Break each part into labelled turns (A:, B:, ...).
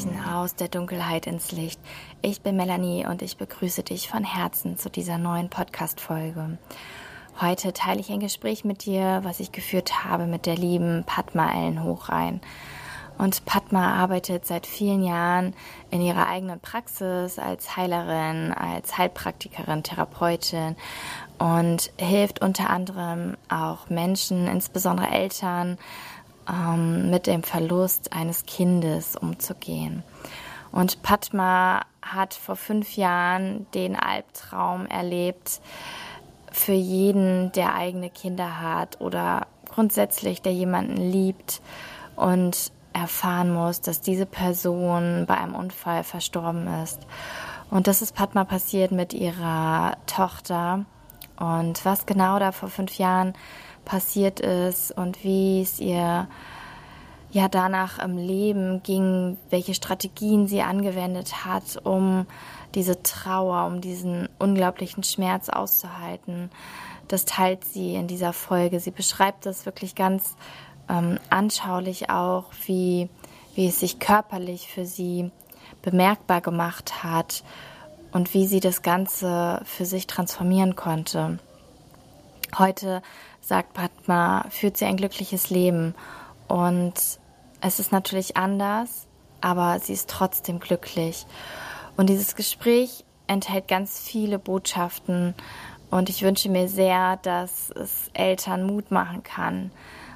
A: Anzeichen aus der Dunkelheit ins Licht. Ich bin Melanie und ich begrüße dich von Herzen zu dieser neuen Podcast-Folge. Heute teile ich ein Gespräch mit dir, was ich geführt habe mit der lieben Padma Ellen Hochrein. Und Padma arbeitet seit vielen Jahren in ihrer eigenen Praxis als Heilerin, als Heilpraktikerin, Therapeutin und hilft unter anderem auch Menschen, insbesondere Eltern, mit dem Verlust eines Kindes umzugehen. Und Padma hat vor 5 Jahren den Albtraum erlebt, für jeden, der eigene Kinder hat oder grundsätzlich, der jemanden liebt und erfahren muss, dass diese Person bei einem Unfall verstorben ist. Und das ist Padma passiert mit ihrer Tochter. Und was genau da vor 5 Jahren passiert ist und wie es ihr ja danach im Leben ging, welche Strategien sie angewendet hat, um diese Trauer, um diesen unglaublichen Schmerz auszuhalten, das teilt sie in dieser Folge. Sie beschreibt das wirklich ganz anschaulich auch, wie es sich körperlich für sie bemerkbar gemacht hat und wie sie das Ganze für sich transformieren konnte. Heute, sagt Padma, führt sie ein glückliches Leben und es ist natürlich anders, aber sie ist trotzdem glücklich. Und dieses Gespräch enthält ganz viele Botschaften und ich wünsche mir sehr, dass es Eltern Mut machen kann.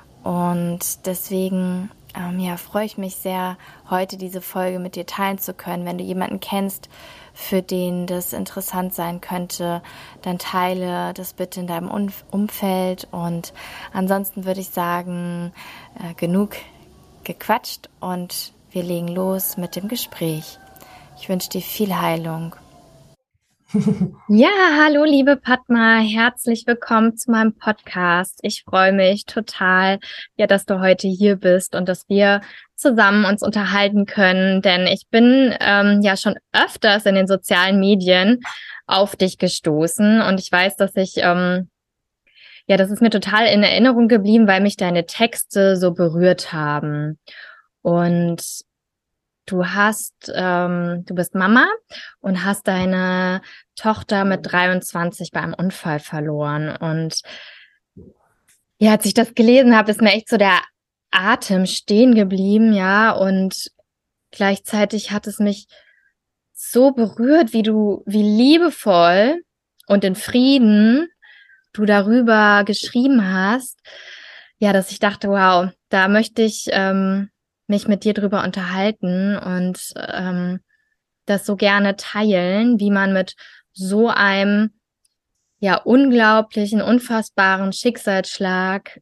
A: Und deswegen freue ich mich sehr, heute diese Folge mit dir teilen zu können. Wenn du jemanden kennst, für den das interessant sein könnte, dann teile das bitte in deinem Umfeld. Und ansonsten würde ich sagen, genug gequatscht und wir legen los mit dem Gespräch. Ich wünsche dir viel Heilung. Ja, hallo liebe Padma, herzlich willkommen zu meinem Podcast. Ich freue mich total, dass du heute hier bist und dass wir zusammen uns unterhalten können, denn ich bin schon öfters in den sozialen Medien auf dich gestoßen und ich weiß, dass das ist mir total in Erinnerung geblieben, weil mich deine Texte so berührt haben. Und du bist Mama und hast deine Tochter mit 23 bei einem Unfall verloren. Und ja, als ich das gelesen habe, ist mir echt so der Atem stehen geblieben, ja. Und gleichzeitig hat es mich so berührt, wie liebevoll und in Frieden du darüber geschrieben hast, ja, dass ich dachte, wow, da möchte ich mich mit dir drüber unterhalten und das so gerne teilen, wie man mit so einem unglaublichen, unfassbaren Schicksalsschlag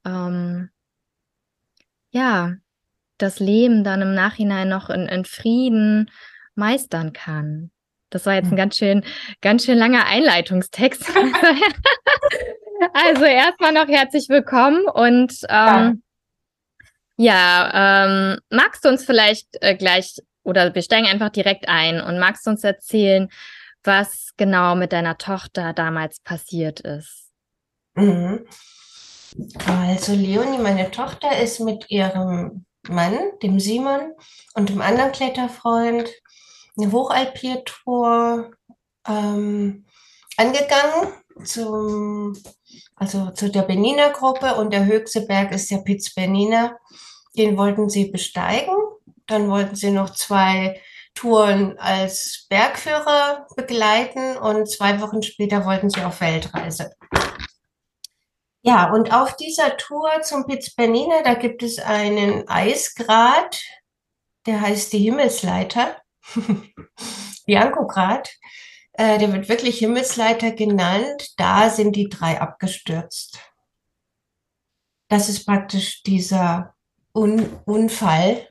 A: das Leben dann im Nachhinein noch in Frieden meistern kann. Das war jetzt ein ganz schön langer Einleitungstext. Also erstmal noch herzlich willkommen und magst du uns vielleicht gleich, oder wir steigen einfach direkt ein und magst du uns erzählen, was genau mit deiner Tochter damals passiert ist?
B: Also Leonie, meine Tochter, ist mit ihrem Mann, dem Simon, und dem anderen Kletterfreund eine Hochalpiertour angegangen zu der Bernina Gruppe, und der höchste Berg ist der Piz Bernina. Den wollten sie besteigen. Dann wollten sie noch 2 Touren als Bergführer begleiten und 2 Wochen später wollten sie auf Weltreise. Ja, und auf dieser Tour zum Piz Bernina, da gibt es einen Eisgrat, der heißt die Himmelsleiter, Biancograd. Der wird wirklich Himmelsleiter genannt. Da sind die 3 abgestürzt. Das ist praktisch dieser Unfall.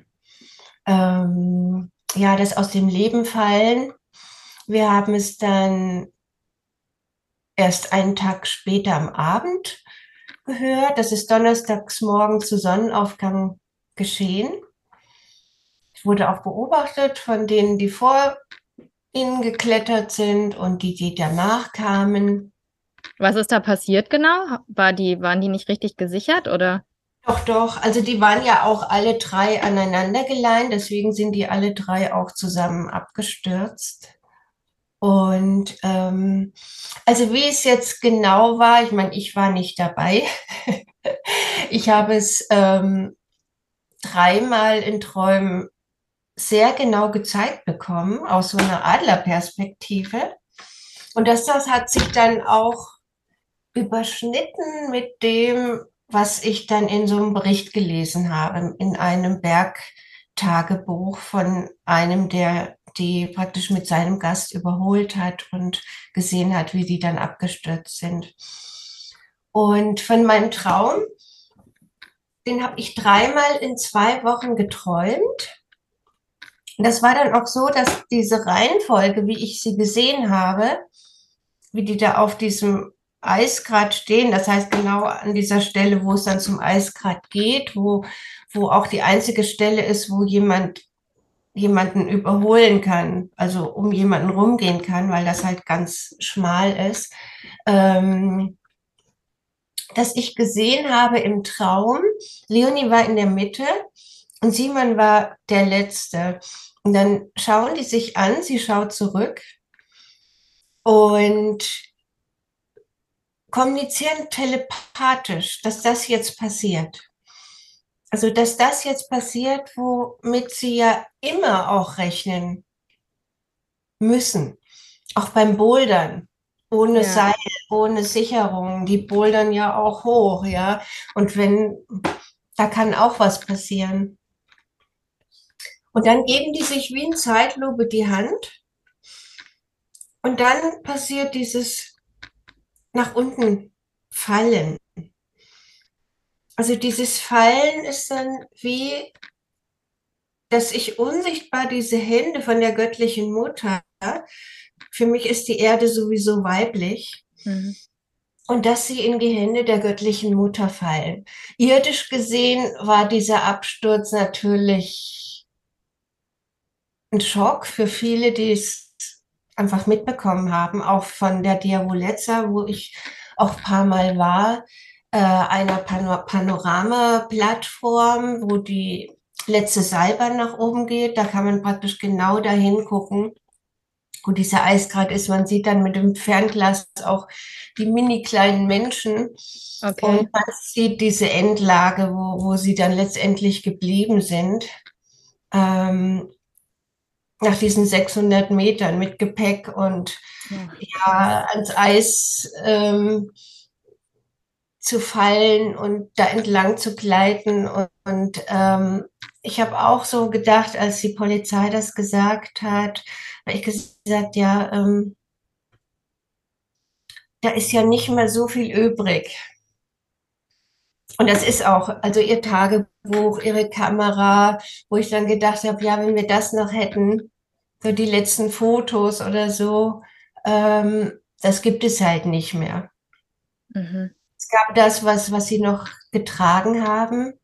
B: Das aus dem Leben fallen. Wir haben es dann erst einen Tag später am Abend gehört. Das ist donnerstags morgen zu Sonnenaufgang geschehen. Es wurde auch beobachtet von denen, die vor ihnen geklettert sind und die danach kamen.
A: Was ist da passiert genau? Waren die nicht richtig gesichert oder?
B: Doch, doch. Also die waren ja auch alle drei aneinander geleint, deswegen sind die alle drei auch zusammen abgestürzt. Und also wie es jetzt genau war, ich meine, ich war nicht dabei. Ich habe es dreimal in Träumen sehr genau gezeigt bekommen, aus so einer Adlerperspektive. Und das hat sich dann auch überschnitten mit dem, was ich dann in so einem Bericht gelesen habe, in einem Bergtagebuch von einem, der die praktisch mit seinem Gast überholt hat und gesehen hat, wie die dann abgestürzt sind. Und von meinem Traum, den habe ich dreimal in 2 Wochen geträumt. Und das war dann auch so, dass diese Reihenfolge, wie ich sie gesehen habe, wie die da auf diesem Eisgrat stehen, das heißt genau an dieser Stelle, wo es dann zum Eisgrat geht, wo auch die einzige Stelle ist, wo jemanden überholen kann, also um jemanden rumgehen kann, weil das halt ganz schmal ist, dass ich gesehen habe im Traum, Leonie war in der Mitte und Simon war der Letzte. Und dann schauen die sich an, sie schaut zurück und kommunizieren telepathisch, dass das jetzt passiert. Also, dass das jetzt passiert, womit sie ja immer auch rechnen müssen. Auch beim Bouldern. Ohne
A: Ja.
B: Seil, ohne Sicherung. Die bouldern ja auch hoch, ja. Und da kann auch was passieren. Und dann geben die sich wie in Zeitlupe die Hand. Und dann passiert dieses nach unten fallen. Also dieses Fallen ist dann wie, dass ich unsichtbar diese Hände von der göttlichen Mutter, für mich ist die Erde sowieso weiblich,
A: Mhm.
B: und dass sie in die Hände der göttlichen Mutter fallen. Irdisch gesehen war dieser Absturz natürlich ein Schock für viele, die es einfach mitbekommen haben, auch von der Diavolezza, wo ich auch ein paar Mal war, einer Panorama-Plattform, wo die letzte Seilbahn nach oben geht. Da kann man praktisch genau dahin gucken, wo dieser Eisgrat ist. Man sieht dann mit dem Fernglas auch die mini kleinen Menschen
A: Okay.
B: und man sieht diese Endlage, wo sie dann letztendlich geblieben sind. Ähm, Nach diesen 600 Metern mit Gepäck und
A: Ach,
B: ja,
A: krass.
B: ans Eis zu fallen und da entlang zu gleiten. Und ich habe auch so gedacht, als die Polizei das gesagt hat, habe ich gesagt, ja, da ist ja nicht mehr so viel übrig. Und das ist auch, also ihr Tagebuch, ihre Kamera, wo ich dann gedacht habe, ja, wenn wir das noch hätten, so die letzten Fotos oder so, das gibt es halt nicht mehr.
A: Mhm.
B: Es gab das, was sie noch getragen haben.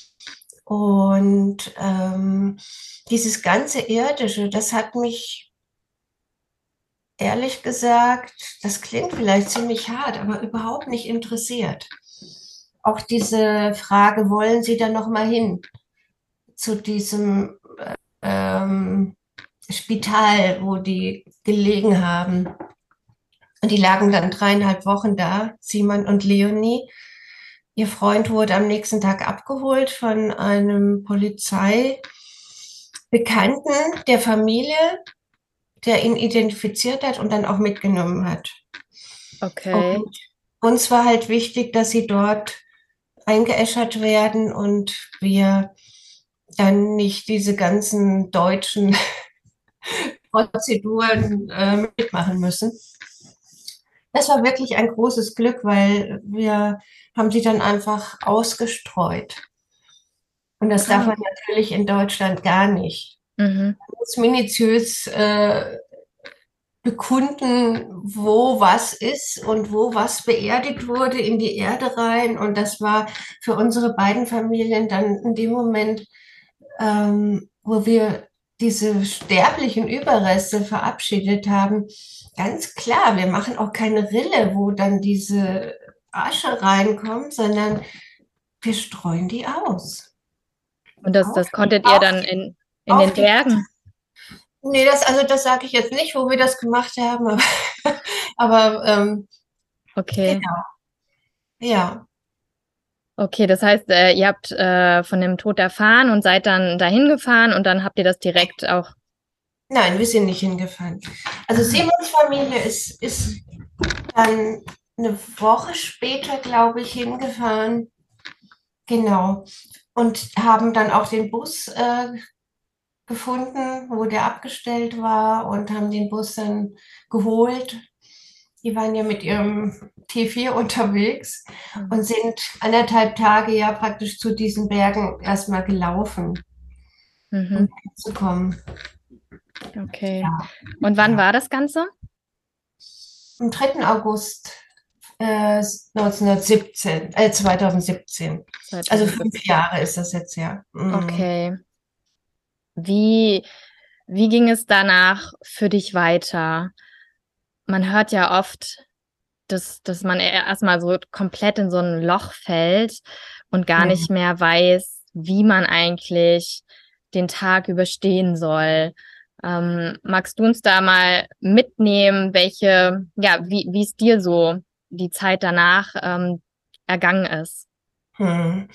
B: Und dieses ganze Irdische, das hat mich ehrlich gesagt, das klingt vielleicht ziemlich hart, aber überhaupt nicht interessiert. Auch diese Frage, wollen Sie da noch mal hin zu diesem ähm, Spital, wo die gelegen haben? Und die lagen dann 3,5 Wochen da, Simon und Leonie. Ihr Freund wurde am nächsten Tag abgeholt von einem Polizeibekannten der Familie, der ihn identifiziert hat und dann auch mitgenommen hat.
A: Okay.
B: Und uns war halt wichtig, dass sie dort eingeäschert werden und wir dann nicht diese ganzen deutschen Prozeduren mitmachen müssen. Das war wirklich ein großes Glück, weil wir haben sie dann einfach ausgestreut. Und das darf
A: Ah.
B: man natürlich in Deutschland gar nicht.
A: Mhm.
B: Man muss minutiös bekunden, wo was ist und wo was beerdigt wurde in die Erde rein. Und das war für unsere beiden Familien dann in dem Moment, wo wir diese sterblichen Überreste verabschiedet haben, ganz klar, wir machen auch keine Rille, wo dann diese Asche reinkommt, sondern wir streuen die aus.
A: Und das konntet ihr dann in
B: Auf
A: den
B: die,
A: Bergen?
B: nee, das sage ich jetzt nicht, wo wir das gemacht haben, aber, aber
A: Okay.
B: genau, ja.
A: Okay, das heißt, ihr habt von dem Tod erfahren und seid dann dahin gefahren und dann habt ihr das direkt auch.
B: Nein, wir sind nicht hingefahren. Also
A: Ah,
B: Simons Familie ist dann eine Woche später, glaube ich, hingefahren. Genau. Und haben dann auch den Bus gefunden, wo der abgestellt war und haben den Bus dann geholt. Die waren ja mit ihrem T4 unterwegs und
A: mhm.
B: sind 1,5 Tage ja praktisch zu diesen Bergen erstmal gelaufen, um
A: Mhm.
B: zu kommen.
A: Okay.
B: Ja,
A: Und wann
B: ja.
A: war das Ganze?
B: Am 3. August 2017. Also
A: 2017.
B: 5 Jahre ist das jetzt, ja. Mhm.
A: Okay. Wie, wie ging es danach für dich weiter? Man hört ja oft, dass man erstmal so komplett in so ein Loch fällt und gar
B: Mhm.
A: nicht mehr weiß, wie man eigentlich den Tag überstehen soll. Magst du uns da mal mitnehmen, wie es dir so die Zeit danach ergangen ist?
B: Hm.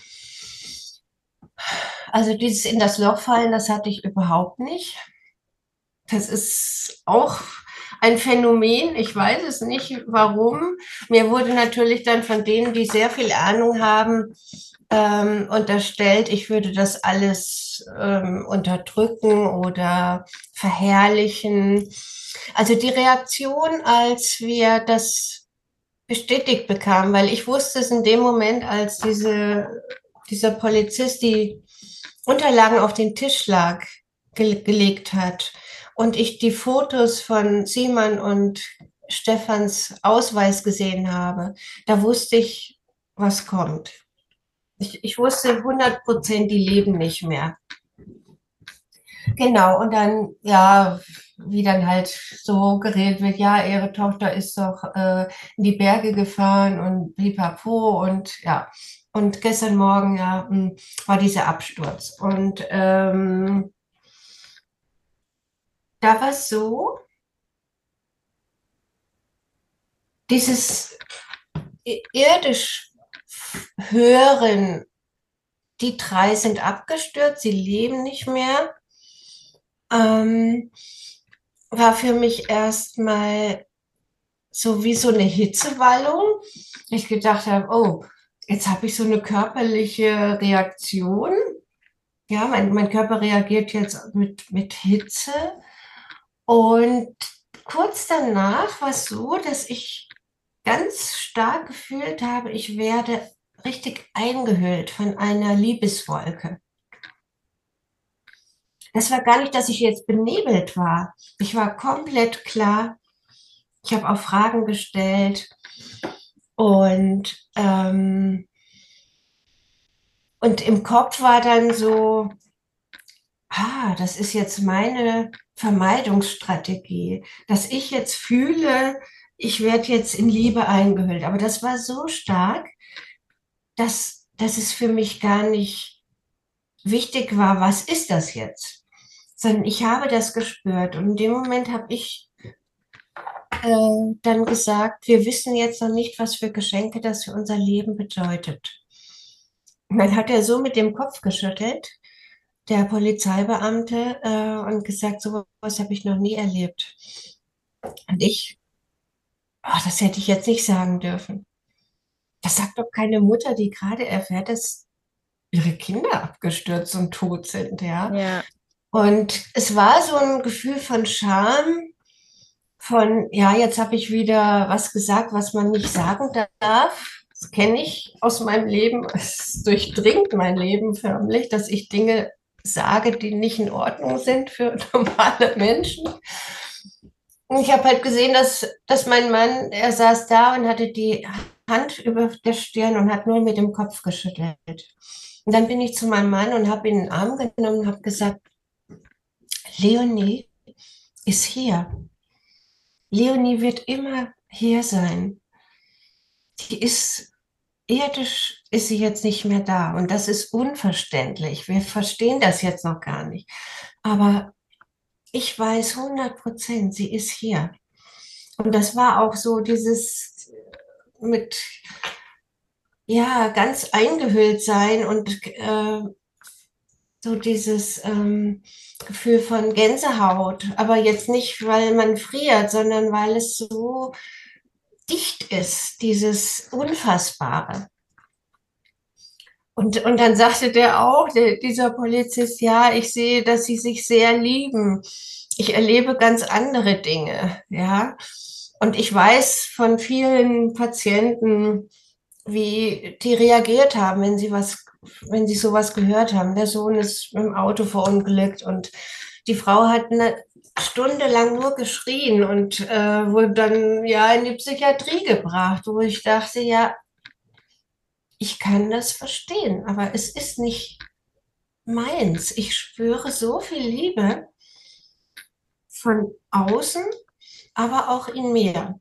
B: Also dieses in das Loch fallen, das hatte ich überhaupt nicht. Das ist auch ein Phänomen. Ich weiß es nicht, warum. Mir wurde natürlich dann von denen, die sehr viel Ahnung haben, unterstellt, ich würde das alles unterdrücken oder verherrlichen. Also die Reaktion, als wir das bestätigt bekamen, weil ich wusste es in dem Moment, als dieser Polizist die Unterlagen auf den Tisch gelegt hat und ich die Fotos von Simon und Stefans Ausweis gesehen habe, da wusste ich, was kommt. Ich wusste 100%, die leben nicht mehr. Genau, und dann, ja, wie dann halt so geredet wird, ja, ihre Tochter ist doch in die Berge gefahren und pipapo und ja. Und gestern Morgen, ja, war dieser Absturz. Und da war es so, dieses irdisch Hören, die drei sind abgestürzt, sie leben nicht mehr, ähm, war für mich erstmal so wie so eine Hitzewallung. Ich gedacht habe, oh, jetzt habe ich so eine körperliche Reaktion. Ja, mein Körper reagiert jetzt mit Hitze. Und kurz danach war es so, dass ich ganz stark gefühlt habe, ich werde richtig eingehüllt von einer Liebeswolke. Das war gar nicht, dass ich jetzt benebelt war. Ich war komplett klar. Ich habe auch Fragen gestellt und im Kopf war dann so, das ist jetzt meine Vermeidungsstrategie, dass ich jetzt fühle, ich werde jetzt in Liebe eingehüllt. Aber das war so stark, dass es für mich gar nicht wichtig war, was ist das jetzt? Sondern ich habe das gespürt. Und in dem Moment habe ich dann gesagt, wir wissen jetzt noch nicht, was für Geschenke das für unser Leben bedeutet. Und dann hat er so mit dem Kopf geschüttelt, der Polizeibeamte, und gesagt, so was habe ich noch nie erlebt. Und ich, das hätte ich jetzt nicht sagen dürfen. Das sagt doch keine Mutter, die gerade erfährt, dass ihre Kinder abgestürzt und tot sind, ja.
A: Ja,
B: Und es war so ein Gefühl von Scham, von, ja, jetzt habe ich wieder was gesagt, was man nicht sagen darf. Das kenne ich aus meinem Leben. Es durchdringt mein Leben förmlich, dass ich Dinge sage, die nicht in Ordnung sind für normale Menschen. Und ich habe halt gesehen, dass mein Mann, er saß da und hatte die Hand über der Stirn und hat nur mit dem Kopf geschüttelt. Und dann bin ich zu meinem Mann und habe ihn in den Arm genommen und habe gesagt, Leonie ist hier. Leonie wird immer hier sein. Die ist irdisch ist sie jetzt nicht mehr da. Und das ist unverständlich. Wir verstehen das jetzt noch gar nicht. Aber ich weiß 100%, sie ist hier. Und das war auch so dieses mit, ja, ganz eingehüllt sein und so dieses Gefühl von Gänsehaut. Aber jetzt nicht, weil man friert, sondern weil es so dicht ist, dieses Unfassbare. Und dann sagte der auch, dieser Polizist, ja, ich sehe, dass sie sich sehr lieben. Ich erlebe ganz andere Dinge, ja. Und ich weiß von vielen Patienten, wie die reagiert haben, wenn sie sowas gehört haben. Der Sohn ist mit dem Auto verunglückt und die Frau hat eine Stunde lang nur geschrien und wurde dann ja in die Psychiatrie gebracht, wo ich dachte, ja, ich kann das verstehen, aber es ist nicht meins. Ich spüre so viel Liebe von außen, aber auch in mir.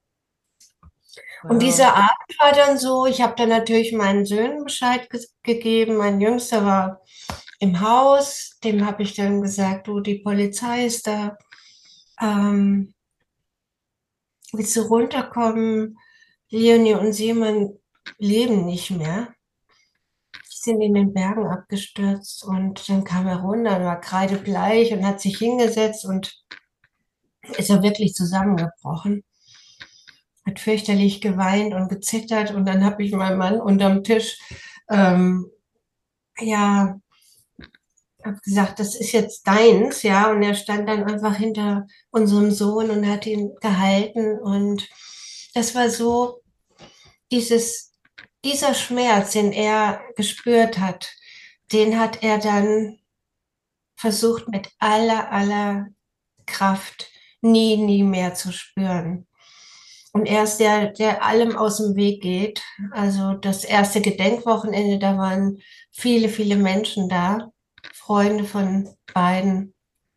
B: Und
A: Wow.
B: dieser Abend war dann so, ich habe dann natürlich meinen Söhnen Bescheid gegeben. Mein Jüngster war im Haus, dem habe ich dann gesagt, du, die Polizei ist da. Ähm, Willst du runterkommen? Leonie und Simon leben nicht mehr. Die sind in den Bergen abgestürzt und dann kam er runter und war kreidebleich und hat sich hingesetzt und ist er wirklich zusammengebrochen, hat fürchterlich geweint und gezittert und dann habe ich meinen Mann unterm Tisch, ähm, ja, habe gesagt, das ist jetzt deins, ja, und er stand dann einfach hinter unserem Sohn und hat ihn gehalten und das war so dieses, dieser Schmerz, den er gespürt hat, den hat er dann versucht mit aller Kraft nie mehr zu spüren. Und er ist der allem aus dem Weg geht. Also das erste Gedenkwochenende, da waren viele Menschen da, Freunde von beiden.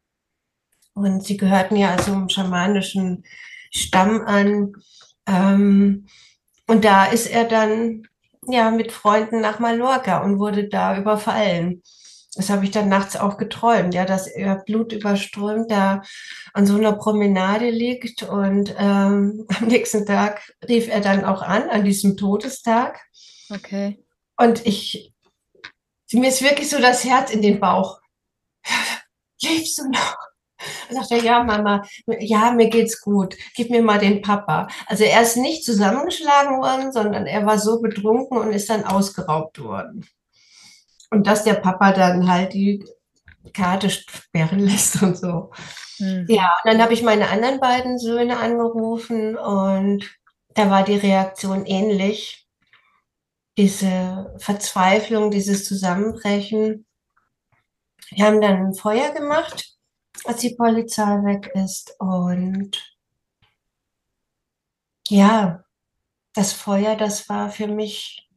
B: Und sie gehörten ja also einem schamanischen Stamm an. Ähm, und da ist er dann ja mit Freunden nach Mallorca und wurde da überfallen. Das habe ich dann nachts auch geträumt, ja, dass er blutüberströmt da an so einer Promenade liegt und am nächsten Tag rief er dann auch an diesem Todestag.
A: Okay.
B: Und mir ist wirklich so das Herz in den Bauch. Lebst du noch? Dann sagt er, ja, Mama, ja, mir geht's gut. Gib mir mal den Papa. Also er ist nicht zusammengeschlagen worden, sondern er war so betrunken und ist dann ausgeraubt worden. Und dass der Papa dann halt die Karte sperren lässt und so. Ja,
A: Mhm.
B: und dann habe ich meine anderen beiden Söhne angerufen und da war die Reaktion ähnlich. Diese Verzweiflung, dieses Zusammenbrechen. Wir haben dann ein Feuer gemacht, als die Polizei weg ist. Und ja, das Feuer, das war für mich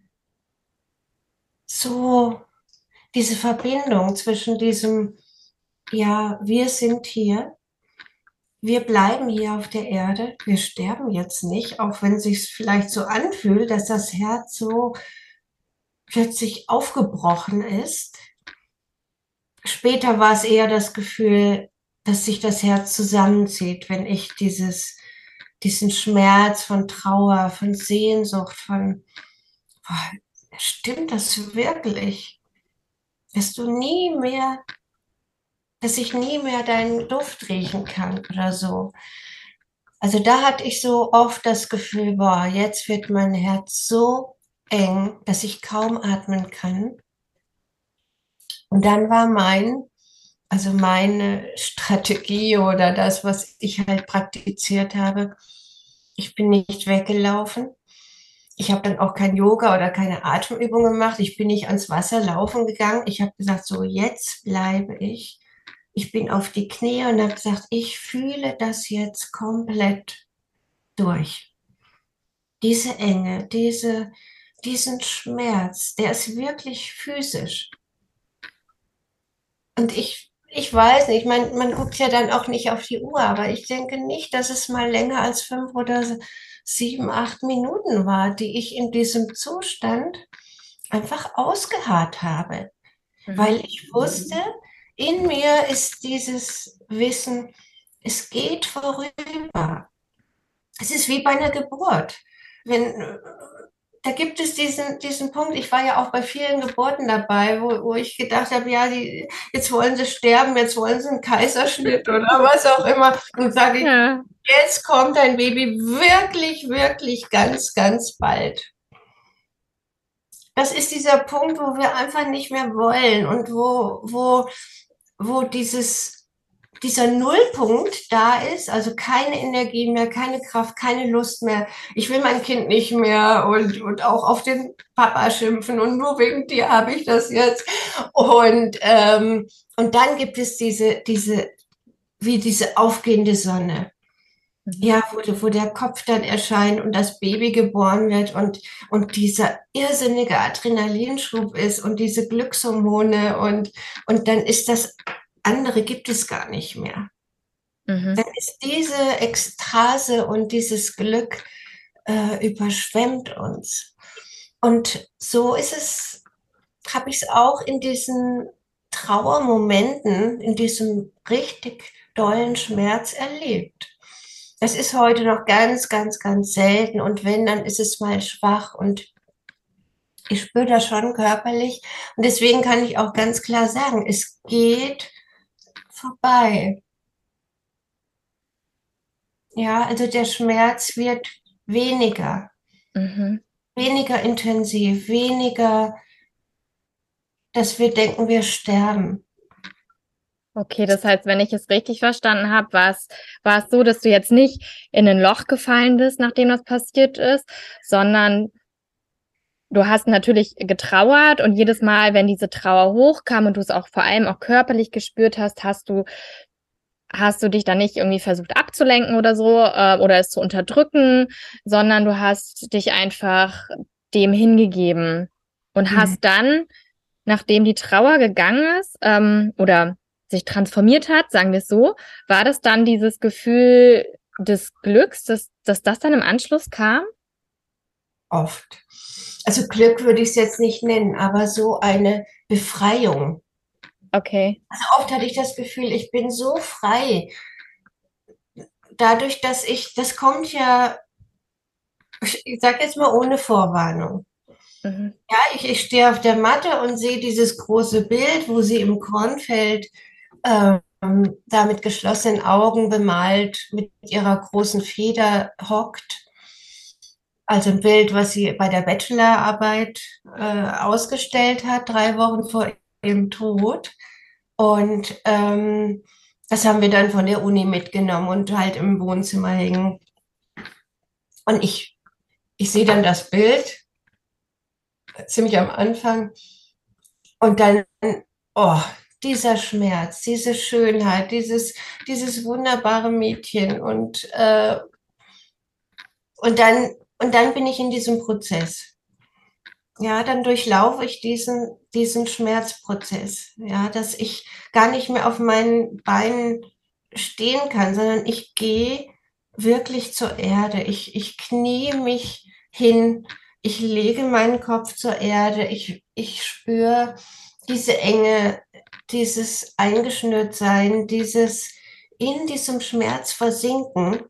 B: so diese Verbindung zwischen diesem, ja, wir sind hier, wir bleiben hier auf der Erde, wir sterben jetzt nicht, auch wenn es sich vielleicht so anfühlt, dass das Herz so plötzlich aufgebrochen ist. Später war es eher das Gefühl, dass sich das Herz zusammenzieht, wenn ich diesen Schmerz von Trauer, von Sehnsucht, boah, stimmt das wirklich? Dass du nie mehr, dass ich nie mehr deinen Duft riechen kann oder so. Also da hatte ich so oft das Gefühl, boah, jetzt wird mein Herz so eng, dass ich kaum atmen kann. Und dann war also meine Strategie oder das, was ich halt praktiziert habe, ich bin nicht weggelaufen. Ich habe dann auch kein Yoga oder keine Atemübung gemacht. Ich bin nicht ans Wasser laufen gegangen. Ich habe gesagt, so jetzt bleibe ich. Ich bin auf die Knie und habe gesagt, ich fühle das jetzt komplett durch. Diese Enge, diesen Schmerz, der ist wirklich physisch. Und Ich weiß nicht, man guckt ja dann auch nicht auf die Uhr, aber ich denke nicht, dass es mal länger als 5 oder 7, 8 Minuten war, die ich in diesem Zustand einfach ausgeharrt habe, weil
A: Mhm.
B: ich wusste, in mir ist dieses Wissen, es geht vorüber. Es ist wie bei einer Geburt. Wenn, da gibt es diesen Punkt, ich war ja auch bei vielen Geburten dabei, wo ich gedacht habe, ja, jetzt wollen sie sterben, jetzt wollen sie einen Kaiserschnitt oder was auch immer. Und sage ich,
A: Ja.
B: jetzt kommt dein Baby wirklich, wirklich ganz, ganz bald. Das ist dieser Punkt, wo wir einfach nicht mehr wollen und wo dieser Nullpunkt da ist, also keine Energie mehr, keine Kraft, keine Lust mehr. Ich will mein Kind nicht mehr und auch auf den Papa schimpfen und nur wegen dir habe ich das jetzt. Und dann gibt es wie diese aufgehende Sonne.
A: Mhm.
B: Ja, wo der Kopf dann erscheint und das Baby geboren wird und dieser irrsinnige Adrenalinschub ist und diese Glückshormone und dann ist das andere gibt es gar nicht mehr.
A: Mhm.
B: Dann ist diese Ekstase und dieses Glück überschwemmt uns. Und so ist es, habe ich es auch in diesen Trauermomenten, in diesem richtig dollen Schmerz erlebt. Das ist heute noch ganz, ganz, ganz selten. Und wenn, dann ist es mal schwach. Und ich spüre das schon körperlich. Und deswegen kann ich auch ganz klar sagen, es geht vorbei. Ja, also der Schmerz wird weniger,
A: Mhm.
B: weniger intensiv, weniger, dass wir denken, wir sterben.
A: Okay, das heißt, wenn ich es richtig verstanden habe, war es so, dass du jetzt nicht in ein Loch gefallen bist, nachdem das passiert ist, sondern du hast natürlich getrauert und jedes Mal, wenn diese Trauer hochkam und du es auch vor allem auch körperlich gespürt hast, hast du dich dann nicht irgendwie versucht abzulenken oder so oder es zu unterdrücken, sondern du hast dich einfach dem hingegeben und
B: Mhm.
A: hast dann, nachdem die Trauer gegangen ist oder sich transformiert hat, sagen wir es so, war das dann dieses Gefühl des Glücks, dass das dann im Anschluss kam?
B: Oft. Also Glück würde ich es jetzt nicht nennen, aber so eine Befreiung.
A: Okay.
B: Also oft hatte ich das Gefühl, ich bin so frei. Dadurch, das kommt ja, ich sage jetzt mal ohne Vorwarnung.
A: Mhm.
B: Ja, ich stehe auf der Matte und sehe dieses große Bild, wo sie im Kornfeld da mit geschlossenen Augen bemalt mit ihrer großen Feder hockt. Also ein Bild, was sie bei der Bachelorarbeit ausgestellt hat, 3 Wochen vor ihrem Tod. Und das haben wir dann von der Uni mitgenommen und halt im Wohnzimmer hängen. Und ich sehe dann das Bild ziemlich am Anfang und dann, oh, dieser Schmerz, diese Schönheit, dieses wunderbare Mädchen und dann bin ich in diesem Prozess. Ja, dann durchlaufe ich diesen Schmerzprozess, ja, dass ich gar nicht mehr auf meinen Beinen stehen kann, sondern ich gehe wirklich zur Erde. Ich knie mich hin, ich lege meinen Kopf zur Erde, ich spüre diese Enge, dieses Eingeschnürtsein, dieses in diesem Schmerz versinken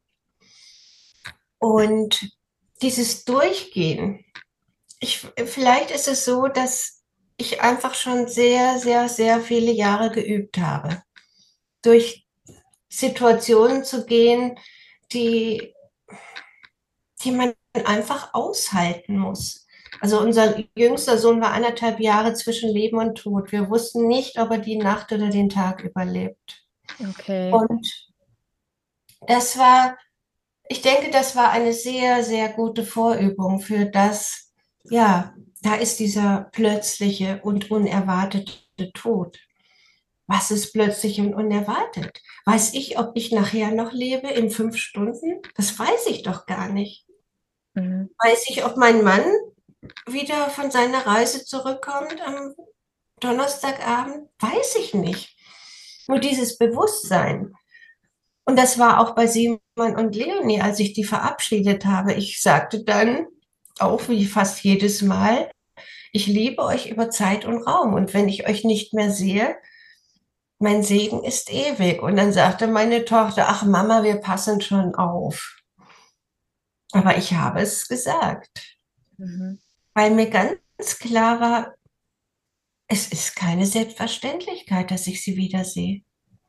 B: und dieses Durchgehen. Vielleicht ist es so, dass ich einfach schon sehr, sehr, sehr viele Jahre geübt habe, durch Situationen zu gehen, die, die man einfach aushalten muss. Also unser jüngster Sohn war 1,5 Jahre zwischen Leben und Tod. Wir wussten nicht, ob er die Nacht oder den Tag überlebt.
A: Okay.
B: Und das war, ich denke, das war eine sehr, sehr gute Vorübung für das, ja, da ist dieser plötzliche und unerwartete Tod. Was ist plötzlich und unerwartet? Weiß ich, ob ich nachher noch lebe in 5 Stunden? Das weiß ich doch gar nicht.
A: Mhm.
B: Weiß ich, ob mein Mann wieder von seiner Reise zurückkommt am Donnerstagabend? Weiß ich nicht. Nur dieses Bewusstsein. Und das war auch bei Simon und Leonie, als ich die verabschiedet habe. Ich sagte dann, auch wie fast jedes Mal, ich liebe euch über Zeit und Raum. Und wenn ich euch nicht mehr sehe, mein Segen ist ewig. Und dann sagte meine Tochter, ach Mama, wir passen schon auf. Aber ich habe es gesagt,
A: Mhm.
B: weil mir ganz klar war, es ist keine Selbstverständlichkeit, dass ich sie wiedersehe.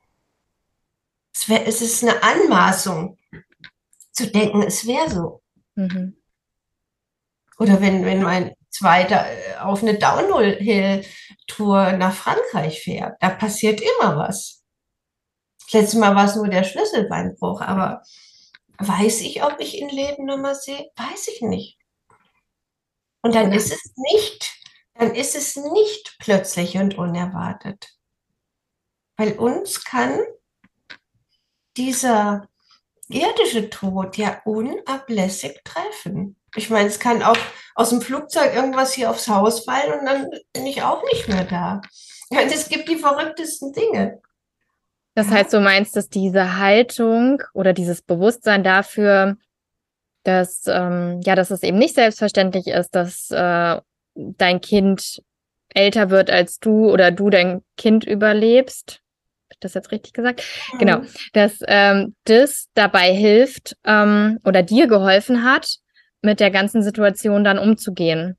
B: Es ist eine Anmaßung zu denken, es wäre so.
A: Mhm.
B: Oder wenn mein Zweiter auf eine Downhill-Tour nach Frankreich fährt, da passiert immer was. Das letzte Mal war es nur der Schlüsselbeinbruch, aber weiß ich, ob ich ihn leben nochmal sehe? Weiß ich nicht. Und dann ist es nicht plötzlich und unerwartet. Weil uns kann dieser irdische Tod ja unablässig treffen. Ich meine, es kann auch aus dem Flugzeug irgendwas hier aufs Haus fallen und dann bin ich auch nicht mehr da. Ja, und es gibt die verrücktesten Dinge.
A: Das heißt,
B: Ja,
A: du meinst, dass diese Haltung oder dieses Bewusstsein dafür, dass, ja, dass es eben nicht selbstverständlich ist, dass dein Kind älter wird als du oder du dein Kind überlebst. Hab ich das jetzt richtig gesagt? Genau,
B: mhm.
A: dass das dabei hilft oder dir geholfen hat, mit der ganzen Situation dann umzugehen.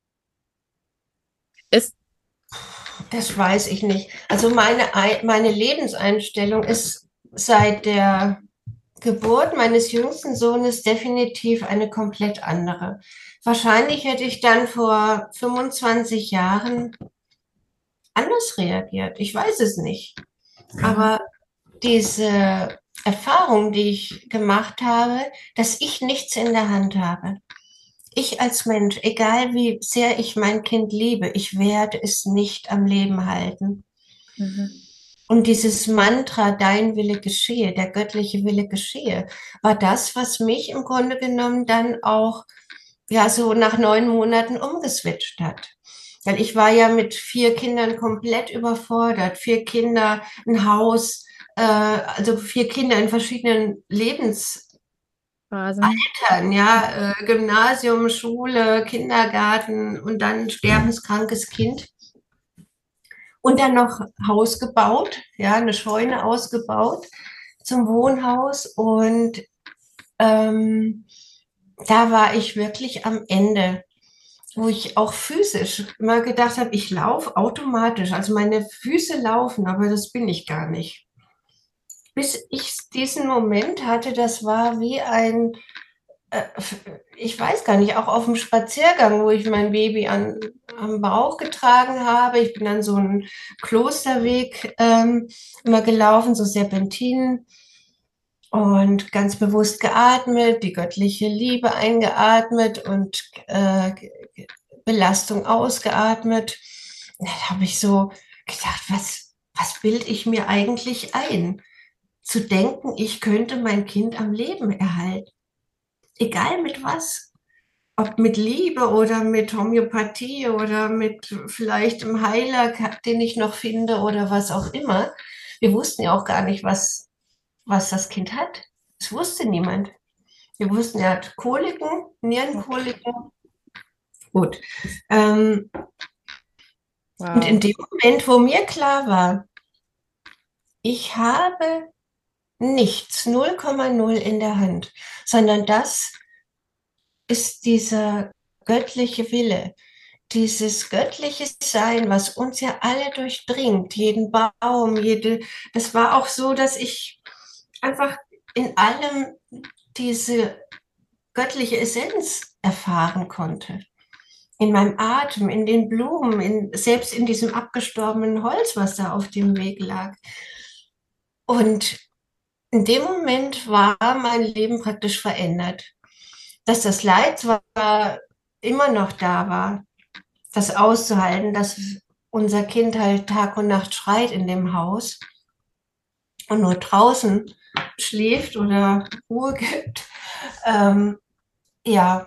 A: Ist,
B: Das weiß ich nicht. Also meine Lebenseinstellung ist seit der Geburt meines jüngsten Sohnes definitiv eine komplett andere. Wahrscheinlich hätte ich dann vor 25 Jahren anders reagiert. Ich weiß es nicht.
A: mhm,
B: Aber diese Erfahrung, die ich gemacht habe, dass ich nichts in der Hand habe. Ich als Mensch, egal wie sehr ich mein Kind liebe, ich werde es nicht am Leben halten.
A: mhm,
B: Und dieses Mantra, dein Wille geschehe, der göttliche Wille geschehe, war das, was mich im Grunde genommen dann auch, ja, so nach 9 Monaten umgeswitcht hat. Weil ich war ja mit 4 Kindern komplett überfordert. 4 Kinder, ein Haus, also 4 Kinder in verschiedenen Lebensaltern,
A: Phasen.
B: ja, Gymnasium, Schule, Kindergarten und dann sterbenskrankes Kind. Und dann noch Haus gebaut, ja, eine Scheune ausgebaut zum Wohnhaus. Und ähm, da war ich wirklich am Ende, wo ich auch physisch immer gedacht habe, ich laufe automatisch. Also meine Füße laufen, aber das bin ich gar nicht. Bis ich diesen Moment hatte, das war wie äh, ich weiß gar nicht, auch auf dem Spaziergang, wo ich mein Baby am Bauch getragen habe. Ich bin dann so einen Klosterweg immer gelaufen, so Serpentinen und ganz bewusst geatmet, die göttliche Liebe eingeatmet und Belastung ausgeatmet. Da habe ich so gedacht, was bilde ich mir eigentlich ein? Zu denken, ich könnte mein Kind am Leben erhalten. Egal mit was. Ob mit Liebe oder mit Homöopathie oder mit vielleicht einem Heiler, den ich noch finde oder was auch immer. Wir wussten ja auch gar nicht, was das Kind hat. Es wusste niemand. Wir wussten, er hat Koliken,
A: Okay.
B: Nierenkoliken. Gut. Ähm, und in
A: Wow.
B: dem Moment, wo mir klar war, ich habe nichts, 0,0 in der Hand, sondern das ist dieser göttliche Wille, dieses göttliche Sein, was uns ja alle durchdringt, jeden Baum, das war auch so, dass ich einfach in allem diese göttliche Essenz erfahren konnte. In meinem Atem, in den Blumen, selbst in diesem abgestorbenen Holz, was da auf dem Weg lag. Und in dem Moment war mein Leben praktisch verändert. Dass das Leid zwar immer noch da war, das auszuhalten, dass unser Kind halt Tag und Nacht schreit in dem Haus und nur draußen schläft oder Ruhe gibt. Ähm, ja,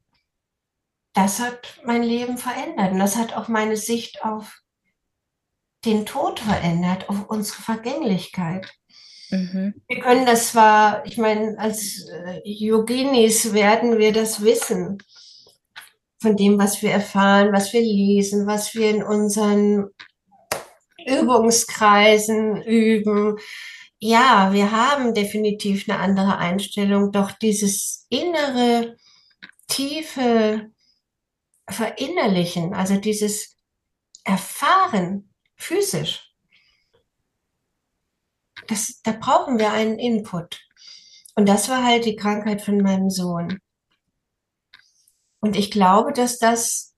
B: das hat mein Leben verändert und das hat auch meine Sicht auf den Tod verändert, auf unsere Vergänglichkeit.
A: Mhm.
B: Wir können das zwar, ich meine, als Yoginis werden wir das wissen, von dem, was wir erfahren, was wir lesen, was wir in unseren Übungskreisen üben. Ja, wir haben definitiv eine andere Einstellung, doch dieses innere, tiefe Verinnerlichen, also dieses Erfahren physisch, da brauchen wir einen Input. Und das war halt die Krankheit von meinem Sohn. Und ich glaube, dass das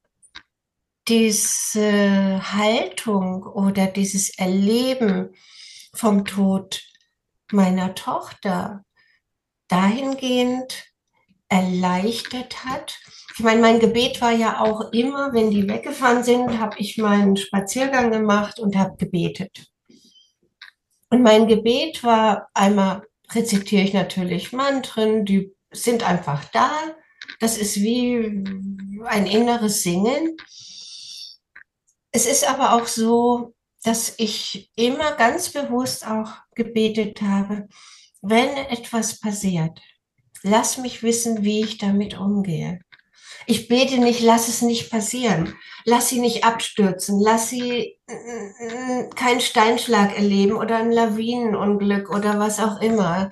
B: diese Haltung oder dieses Erleben vom Tod meiner Tochter dahingehend erleichtert hat. Ich meine, mein Gebet war ja auch immer, wenn die weggefahren sind, habe ich meinen Spaziergang gemacht und habe gebetet. Und mein Gebet war einmal, rezitiere ich natürlich Mantren, die sind einfach da. Das ist wie ein inneres Singen. Es ist aber auch so, dass ich immer ganz bewusst auch gebetet habe, wenn etwas passiert, lass mich wissen, wie ich damit umgehe. Ich bete nicht, lass es nicht passieren. Lass sie nicht abstürzen. Lass sie keinen Steinschlag erleben oder ein Lawinenunglück oder was auch immer.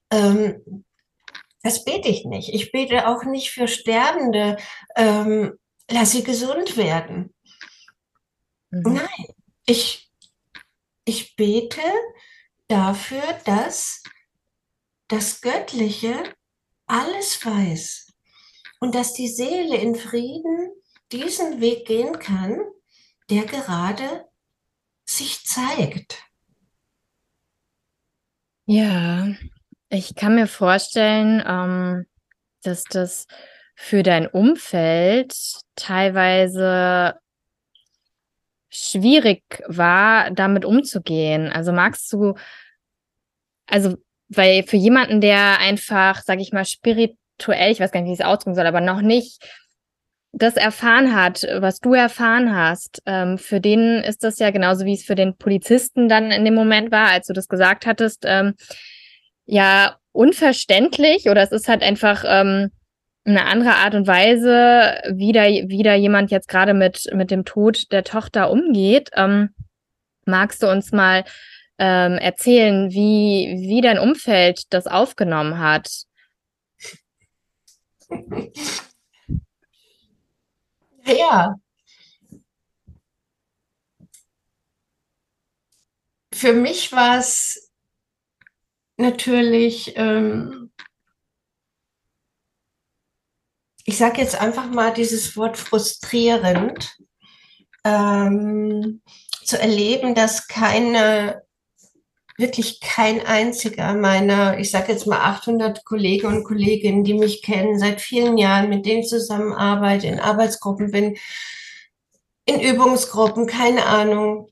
B: Das bete ich nicht. Ich bete auch nicht für Sterbende. Lass sie gesund werden.
A: Mhm.
B: Nein, ich, ich bete dafür, dass das Göttliche alles weiß und dass die Seele in Frieden diesen Weg gehen kann, der gerade sich zeigt.
A: Ja, ich kann mir vorstellen, dass das für dein Umfeld teilweise schwierig war, damit umzugehen. Also magst du, also weil für jemanden, der einfach, sag ich mal, spirituell, ich weiß gar nicht, wie ich es ausdrücken soll, aber noch nicht das erfahren hat, was du erfahren hast, für den ist das ja genauso, wie es für den Polizisten dann in dem Moment war, als du das gesagt hattest, ja, unverständlich, oder es ist halt einfach eine andere Art und Weise, wie da jemand jetzt gerade mit dem Tod der Tochter umgeht. Magst du uns mal erzählen, wie dein Umfeld das aufgenommen hat?
B: Ja, für mich war es natürlich, ich sage jetzt einfach mal dieses Wort frustrierend, ähm, zu erleben, dass wirklich kein einziger meiner, ich sage jetzt mal 800 Kollegen und Kolleginnen, die mich kennen, seit vielen Jahren, mit denen ich zusammenarbeite, in Arbeitsgruppen bin, in Übungsgruppen, keine Ahnung,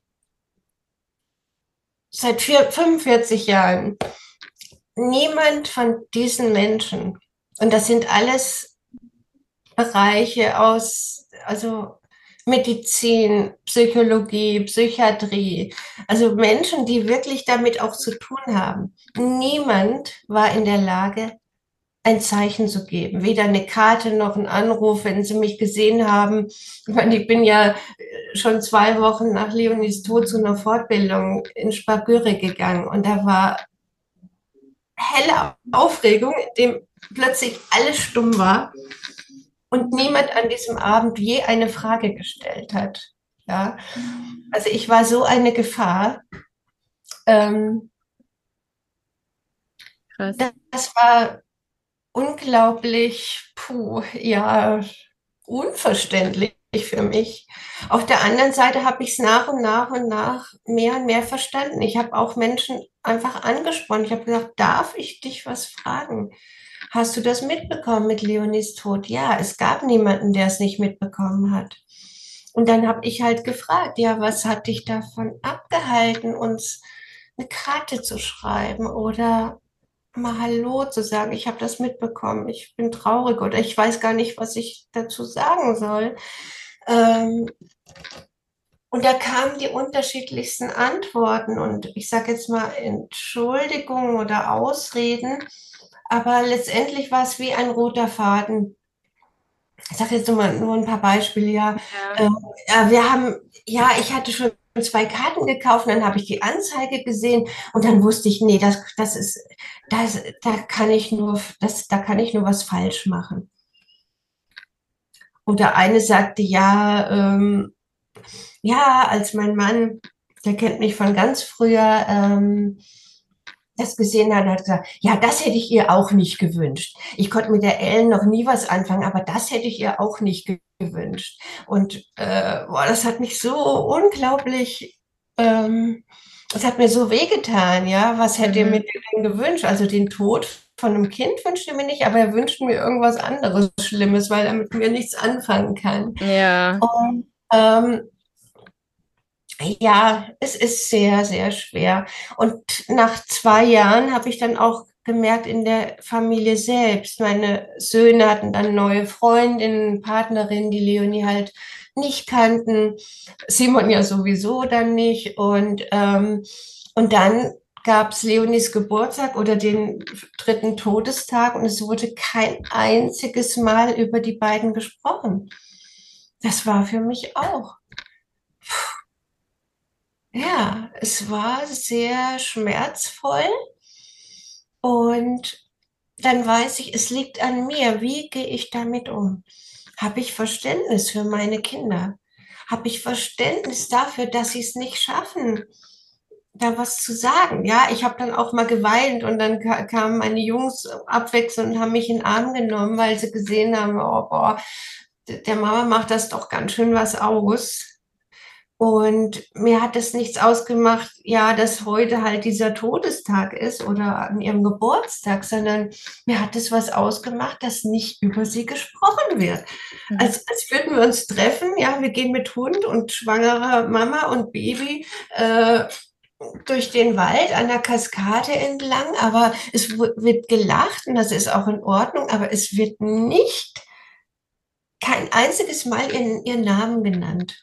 B: seit 45 Jahren, niemand von diesen Menschen, und das sind alles Bereiche aus, also Medizin, Psychologie, Psychiatrie, also Menschen, die wirklich damit auch zu tun haben. Niemand war in der Lage, ein Zeichen zu geben. Weder eine Karte noch ein Anruf, wenn sie mich gesehen haben. Ich meine, ich bin ja schon 2 Wochen nach Leonis Tod zu einer Fortbildung in Spagüre gegangen und da war helle Aufregung, in dem plötzlich alles stumm war und niemand an diesem Abend je eine Frage gestellt hat. Ja, also ich war so eine Gefahr. Ähm,
A: Krass.
B: Das war unglaublich, puh, ja, unverständlich für mich. Auf der anderen Seite habe ich es nach und nach mehr und mehr verstanden. Ich habe auch Menschen einfach angesprochen. Ich habe gesagt, darf ich dich was fragen? Hast du das mitbekommen mit Leonis Tod? Ja, es gab niemanden, der es nicht mitbekommen hat. Und dann habe ich halt gefragt, ja, was hat dich davon abgehalten, uns eine Karte zu schreiben oder mal Hallo zu sagen, ich habe das mitbekommen, ich bin traurig oder ich weiß gar nicht, was ich dazu sagen soll. Ähm, Und da kamen die unterschiedlichsten Antworten und ich sage jetzt mal Entschuldigungen oder Ausreden, aber letztendlich war es wie ein roter Faden. Ich sage jetzt nur ein paar Beispiele, ja.
A: Ja.
B: Wir haben, ja, ich hatte schon zwei Karten gekauft, und dann habe ich die Anzeige gesehen und dann wusste ich, nee, da kann ich nur was falsch machen. Und der eine sagte, ja, ja, als mein Mann, der kennt mich von ganz früher, das gesehen hat, hat gesagt, ja, das hätte ich ihr auch nicht gewünscht. Ich konnte mit der Ellen noch nie was anfangen, aber das hätte ich ihr auch nicht gewünscht. Und boah, das hat mich so unglaublich, das hat mir so wehgetan, ja. Was hätte er mir
A: Mhm.
B: denn gewünscht? Also den Tod von einem Kind wünscht er mir nicht, aber er wünscht mir irgendwas anderes Schlimmes, weil er mit mir nichts anfangen kann.
A: Ja.
B: Und ja, es ist sehr, sehr schwer. Und nach 2 Jahren habe ich dann auch gemerkt in der Familie selbst, meine Söhne hatten dann neue Freundinnen, Partnerinnen, die Leonie halt nicht kannten, Simon ja sowieso dann nicht. Und dann gab es Leonies Geburtstag oder den dritten Todestag und es wurde kein einziges Mal über die beiden gesprochen. Das war für mich auch. Ja, es war sehr schmerzvoll und dann weiß ich, es liegt an mir. Wie gehe ich damit um? Habe ich Verständnis für meine Kinder? Habe ich Verständnis dafür, dass sie es nicht schaffen, da was zu sagen? Ja, ich habe dann auch mal geweint und dann kamen meine Jungs abwechselnd und haben mich in den Arm genommen, weil sie gesehen haben, oh, boah, der Mama macht das doch ganz schön was aus. Und mir hat es nichts ausgemacht, ja, dass heute halt dieser Todestag ist oder an ihrem Geburtstag, sondern mir hat es was ausgemacht, dass nicht über sie gesprochen wird.
A: Mhm.
B: Als würden wir uns treffen, ja, wir gehen mit Hund und schwangerer Mama und Baby durch den Wald an der Kaskade entlang, aber es wird gelacht und das ist auch in Ordnung, aber es wird nicht kein einziges Mal ihren Namen genannt.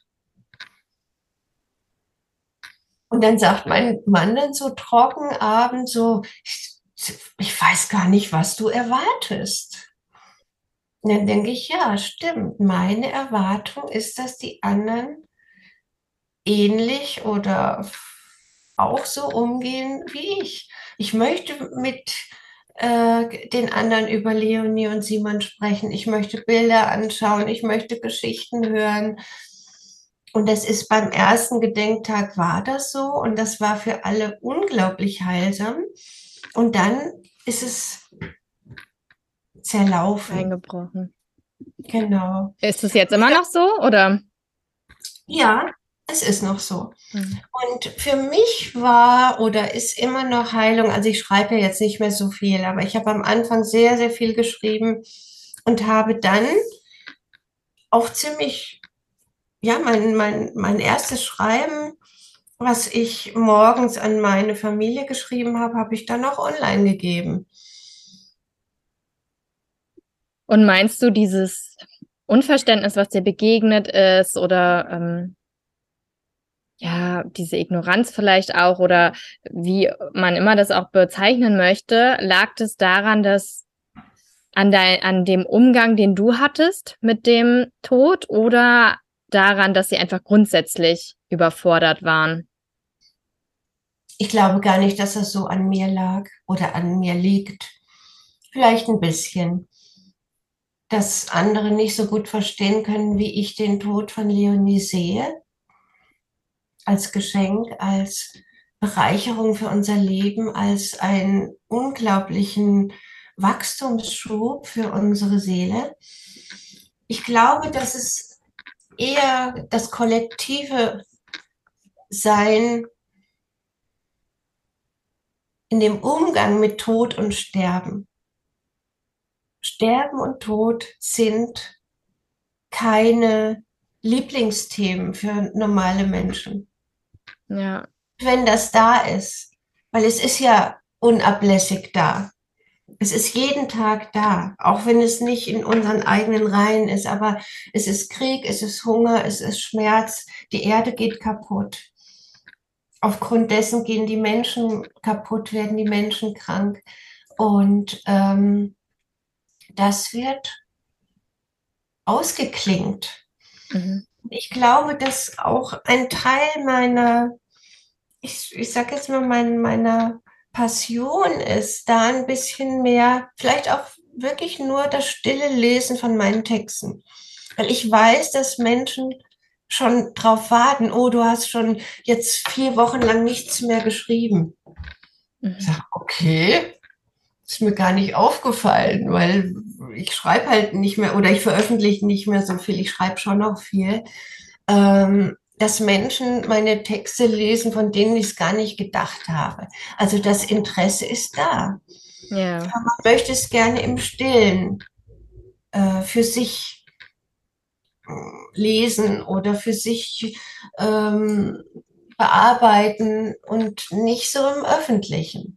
B: Und dann sagt mein Mann dann so trocken abends so, ich weiß gar nicht, was du erwartest. Und dann denke ich, ja, stimmt. Meine Erwartung ist, dass die anderen ähnlich oder auch so umgehen wie ich. Ich möchte mit den anderen über Leonie und Simon sprechen. Ich möchte Bilder anschauen. Ich möchte Geschichten hören. Und das ist beim ersten Gedenktag war das so und das war für alle unglaublich heilsam. Und dann ist es zerlaufen.
A: Eingebrochen.
B: Genau.
A: Ist es jetzt immer noch so, oder?
B: Ja, es ist noch so.
A: Mhm.
B: Und für mich war oder ist immer noch Heilung, also ich schreibe ja jetzt nicht mehr so viel, aber ich habe am Anfang sehr, sehr viel geschrieben und habe dann auch ziemlich, ja, mein erstes Schreiben, was ich morgens an meine Familie geschrieben habe, habe ich dann auch online gegeben.
A: Und meinst du, dieses Unverständnis, was dir begegnet ist, oder ja, diese Ignoranz vielleicht auch, oder wie man immer das auch bezeichnen möchte, lag es daran, dass an dem Umgang, den du hattest mit dem Tod, oder daran, dass sie einfach grundsätzlich überfordert waren?
B: Ich glaube gar nicht, dass das so an mir lag oder an mir liegt. Vielleicht ein bisschen, dass andere nicht so gut verstehen können, wie ich den Tod von Leonie sehe, als Geschenk, als Bereicherung für unser Leben, als einen unglaublichen Wachstumsschub für unsere Seele. Ich glaube, dass es eher das kollektive Sein in dem Umgang mit Tod und Sterben. Sterben und Tod sind keine Lieblingsthemen für normale Menschen.
A: Ja,
B: Wenn das da ist, weil es ist ja unablässig da. Es ist jeden Tag da, auch wenn es nicht in unseren eigenen Reihen ist, aber es ist Krieg, es ist Hunger, es ist Schmerz, die Erde geht kaputt. Aufgrund dessen gehen die Menschen kaputt, werden die Menschen krank. Und das wird ausgeklingt.
A: Mhm.
B: Ich glaube, dass auch ein Teil ich sage jetzt mal, meiner Passion ist, da ein bisschen mehr, vielleicht auch wirklich nur das stille Lesen von meinen Texten. Weil ich weiß, dass Menschen schon drauf warten, oh, du hast schon jetzt 4 Wochen lang nichts mehr geschrieben. Ich
A: Mhm.
B: sage, okay, ist mir gar nicht aufgefallen, weil ich schreibe halt nicht mehr oder ich veröffentliche nicht mehr so viel. Ich schreibe schon noch viel. Dass Menschen meine Texte lesen, von denen ich es gar nicht gedacht habe. Also das Interesse ist da.
A: Ja.
B: Aber man möchte es gerne im Stillen für sich lesen oder für sich bearbeiten und nicht so im Öffentlichen.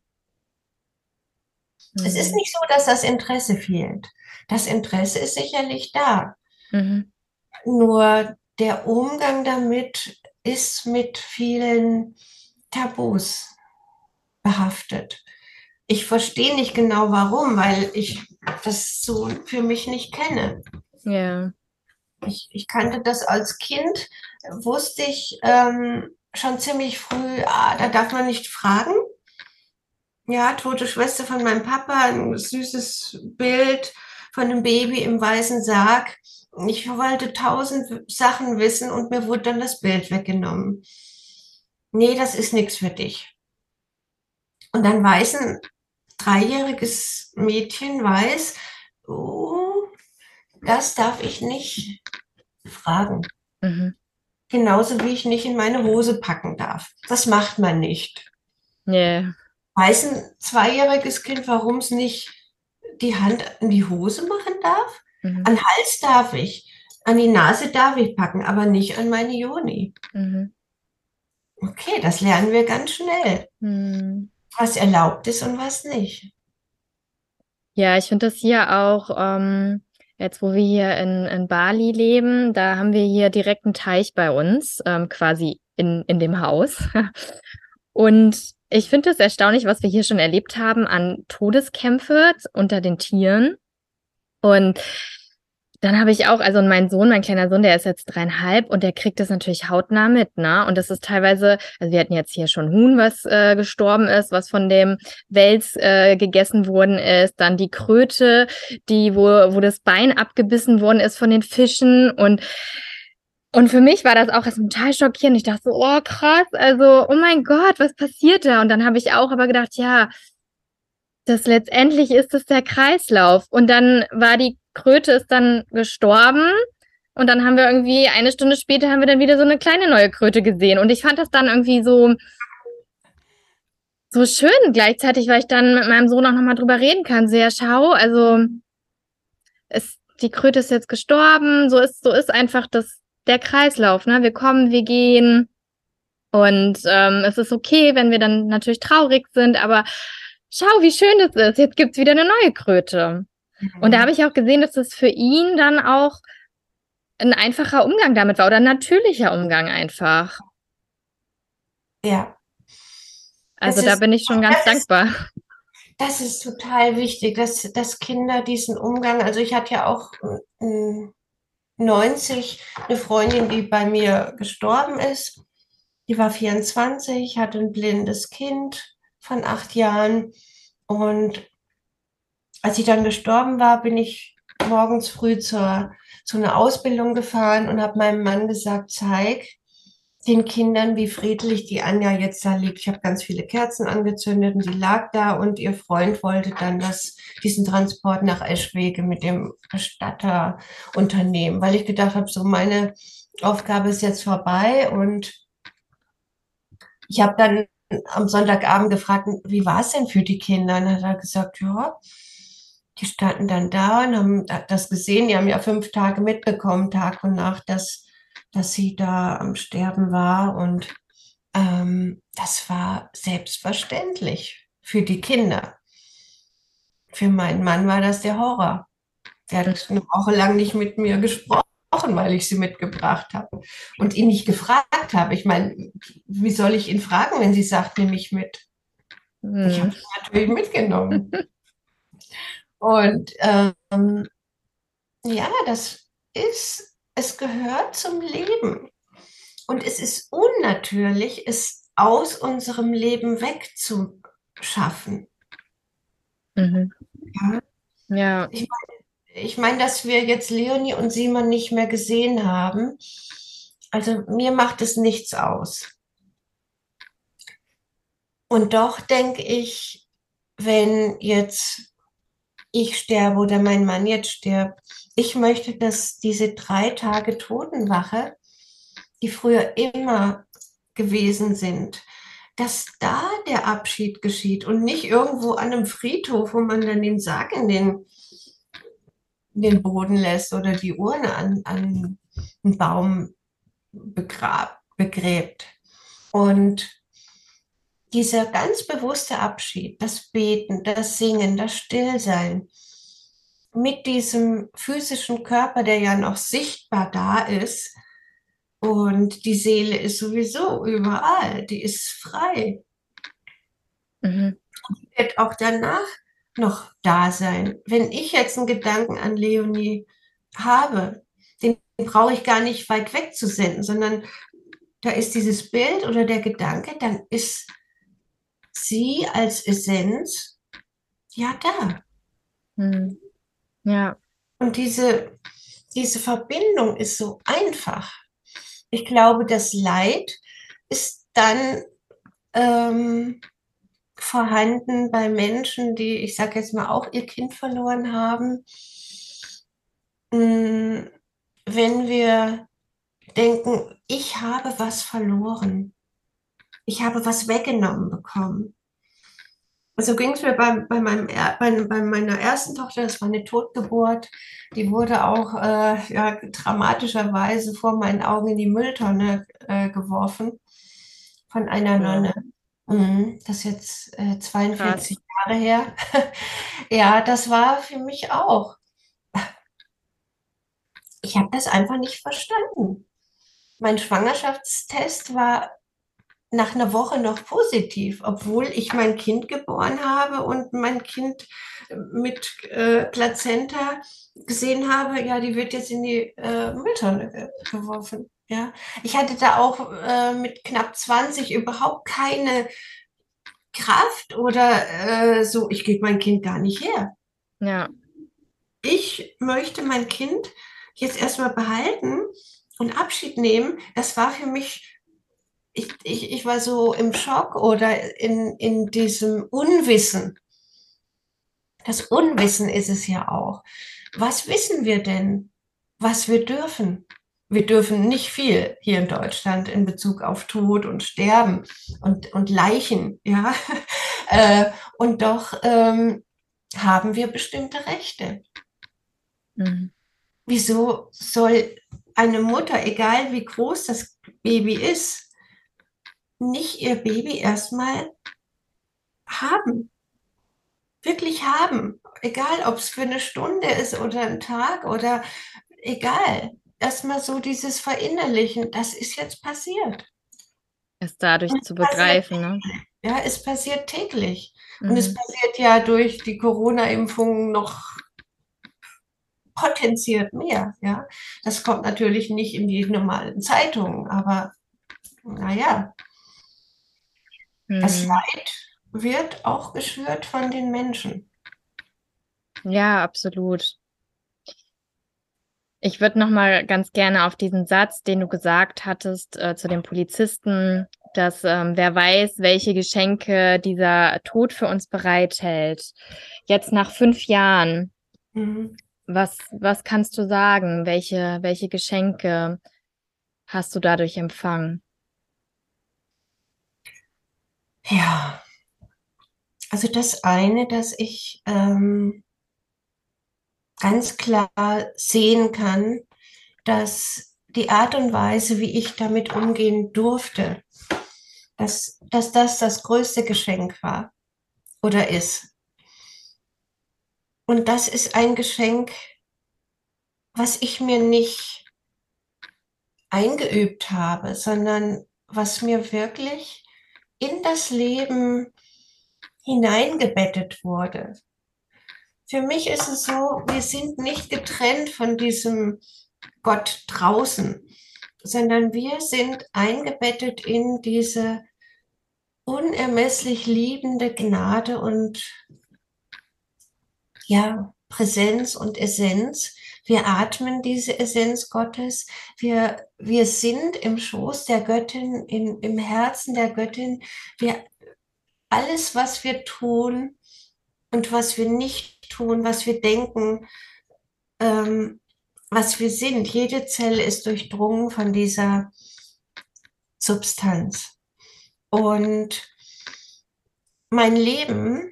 B: Es ist
A: Mhm.
B: nicht so, dass das Interesse fehlt. Das Interesse ist sicherlich da.
A: Mhm.
B: Nur der Umgang damit ist mit vielen Tabus behaftet. Ich verstehe nicht genau warum, weil ich das so für mich nicht kenne.
A: Ja.
B: Ich kannte das als Kind, wusste ich schon ziemlich früh, da darf man nicht fragen. Ja, tote Schwester von meinem Papa, ein süßes Bild von einem Baby im weißen Sarg. Ich wollte 1000 Sachen wissen und mir wurde dann das Bild weggenommen. Nee, das ist nichts für dich. Und dann weiß ein 3-jähriges Mädchen weiß, oh, das darf ich nicht fragen.
A: Mhm.
B: Genauso wie ich nicht in meine Hose packen darf. Das macht man nicht.
A: Ja.
B: Weiß ein 2-jähriges Kind, warum es nicht die Hand in die Hose machen darf?
A: Mhm.
B: An den Hals darf ich, an die Nase darf ich packen, aber nicht an meine Joni.
A: Mhm.
B: Okay, das lernen wir ganz schnell,
A: Mhm.
B: was erlaubt ist und was nicht.
A: Ja, ich finde das hier auch, jetzt wo wir hier in Bali leben, da haben wir hier direkt einen Teich bei uns, quasi in dem Haus. Und ich finde es erstaunlich, was wir hier schon erlebt haben an Todeskämpfe unter den Tieren. Und dann habe ich auch, also mein Sohn, mein kleiner Sohn, der ist jetzt 3,5 und der kriegt das natürlich hautnah mit, ne? Und das ist teilweise, also wir hatten jetzt hier schon Huhn, was gestorben ist, was von dem Wels gegessen worden ist, dann die Kröte, wo das Bein abgebissen worden ist von den Fischen und für mich war das auch erst total schockierend. Ich dachte so, oh krass, also oh mein Gott, was passiert da? Und dann habe ich auch aber gedacht, ja, das letztendlich ist es der Kreislauf. Und dann war die Kröte ist dann gestorben. Und dann haben wir irgendwie 1 Stunde später haben wir dann wieder so eine kleine neue Kröte gesehen. Und ich fand das dann irgendwie so schön gleichzeitig, weil ich dann mit meinem Sohn auch nochmal drüber reden kann. So, ja, schau, also die Kröte ist jetzt gestorben. So ist einfach der Kreislauf, ne? Wir kommen, wir gehen. Und es ist okay, wenn wir dann natürlich traurig sind, aber schau, wie schön das ist. Jetzt gibt's wieder eine neue Kröte. Und da habe
B: Mhm.
A: ich auch gesehen, dass das für ihn dann auch ein einfacher Umgang damit war oder ein natürlicher Umgang einfach.
B: Ja,
A: Also
B: das
A: da
B: ist,
A: bin ich schon ganz
B: das ist,
A: dankbar.
B: das ist total wichtig, dass Kinder diesen Umgang, also ich hatte ja auch 90 eine Freundin, die bei mir gestorben ist. Die war 24, hatte ein blindes Kind von 8 Jahren. Und als sie dann gestorben war, bin ich morgens früh zu einer Ausbildung gefahren und habe meinem Mann gesagt, zeig den Kindern, wie friedlich die Anja jetzt da liegt. Ich habe ganz viele Kerzen angezündet und sie lag da und ihr Freund wollte dann diesen Transport nach Eschwege mit dem Bestatter unternehmen, weil ich gedacht habe, so meine Aufgabe ist jetzt vorbei und ich habe dann am Sonntagabend gefragt, wie war es denn für die Kinder? Und dann hat er gesagt, ja, die standen dann da und haben das gesehen. Die haben ja 5 Tage mitbekommen, Tag und Nacht, dass sie da am Sterben war. Und das war selbstverständlich für die Kinder. Für meinen Mann war das der Horror. Der
A: Mhm.
B: hat eine Woche lang nicht mit mir gesprochen, weil ich sie mitgebracht habe und ihn nicht gefragt habe. Ich meine, wie soll ich ihn fragen, wenn sie sagt, nehme ich mit? Ich habe
A: Mhm.
B: sie natürlich mitgenommen. Und ja, es gehört zum Leben. Und es ist unnatürlich, es aus unserem Leben wegzuschaffen.
A: Mhm.
B: Ja?
A: Ja.
B: Ich, ich meine, dass wir jetzt Leonie und Simon nicht mehr gesehen haben. Also mir macht es nichts aus. Und doch denke ich, wenn jetzt ich sterbe oder mein Mann jetzt stirbt, ich möchte, dass diese 3 Tage Totenwache, die früher immer gewesen sind, dass da der Abschied geschieht und nicht irgendwo an einem Friedhof, wo man dann den Sarg in den Boden lässt oder die Urne an einen Baum begräbt. Und dieser ganz bewusste Abschied, das Beten, das Singen, das Stillsein mit diesem physischen Körper, der ja noch sichtbar da ist, und die Seele ist sowieso überall, die ist frei,
A: Mhm.
B: wird auch danach noch da sein. Wenn ich jetzt einen Gedanken an Leonie habe, den brauche ich gar nicht weit weg zu senden, sondern da ist dieses Bild oder der Gedanke, dann ist sie als Essenz ja da.
A: Mhm. Ja.
B: Und diese Verbindung ist so einfach. Ich glaube, das Leid ist dann vorhanden bei Menschen, die, ich sage jetzt mal, auch ihr Kind verloren haben. Mm, Wenn wir denken, ich habe was verloren, ich habe was weggenommen bekommen. So ging es mir bei meiner ersten Tochter, das war eine Totgeburt. Die wurde auch ja, dramatischerweise vor meinen Augen in die Mülltonne geworfen von einer
A: Ja.
B: Nonne. Das ist jetzt
A: Krass.
B: 42 Jahre her. Ja, das war für mich auch. Ich habe das einfach nicht verstanden. Mein Schwangerschaftstest war nach einer Woche noch positiv, obwohl ich mein Kind geboren habe und mein Kind mit Plazenta gesehen habe, ja, die wird jetzt in die Mülltonne geworfen. Ja, ich hatte da auch mit knapp 20 überhaupt keine Kraft oder so, ich gebe mein Kind gar nicht her.
A: Ja.
B: Ich möchte mein Kind jetzt erstmal behalten und Abschied nehmen. Das war für mich, ich war so im Schock oder in diesem Unwissen. Das Unwissen ist es ja auch. Was wissen wir denn, was wir dürfen? Wir dürfen nicht viel hier in Deutschland in Bezug auf Tod und Sterben und Leichen, ja. Und doch haben wir bestimmte Rechte.
A: Mhm.
B: Wieso soll eine Mutter, egal wie groß das Baby ist, nicht ihr Baby erstmal haben? Wirklich haben. Egal, ob es für eine Stunde ist oder ein Tag oder egal. Erstmal so dieses Verinnerlichen, das ist jetzt passiert.
A: Es dadurch
B: Und
A: zu
B: es passiert,
A: begreifen, ne?
B: ja, es passiert täglich. Und es
A: Mhm.
B: passiert ja durch die Corona-Impfung noch potenziert mehr. Ja, das kommt natürlich nicht in die normalen Zeitungen, aber naja, das
A: Mhm.
B: Leid wird auch geschürt von den Menschen.
A: Ja, absolut. Ich würde noch mal ganz gerne auf diesen Satz, den du gesagt hattest, zu dem Polizisten, dass wer weiß, welche Geschenke dieser Tod für uns bereithält. Jetzt nach 5 Jahren,
B: Mhm.
A: was kannst du sagen? Welche Geschenke hast du dadurch empfangen?
B: Ja, also das eine, dass ich ganz klar sehen kann, dass die Art und Weise, wie ich damit umgehen durfte, dass das das größte Geschenk war oder ist. Und das ist ein Geschenk, was ich mir nicht eingeübt habe, sondern was mir wirklich in das Leben hineingebettet wurde. Für mich ist es so, wir sind nicht getrennt von diesem Gott draußen, sondern wir sind eingebettet in diese unermesslich liebende Gnade und ja, Präsenz und Essenz. Wir atmen diese Essenz Gottes. Wir sind im Schoß der Göttin, im Herzen der Göttin. Wir, alles, was wir tun und was wir nicht tun, was wir denken, ähm, was wir sind, jede Zelle ist durchdrungen von dieser Substanz. Und mein Leben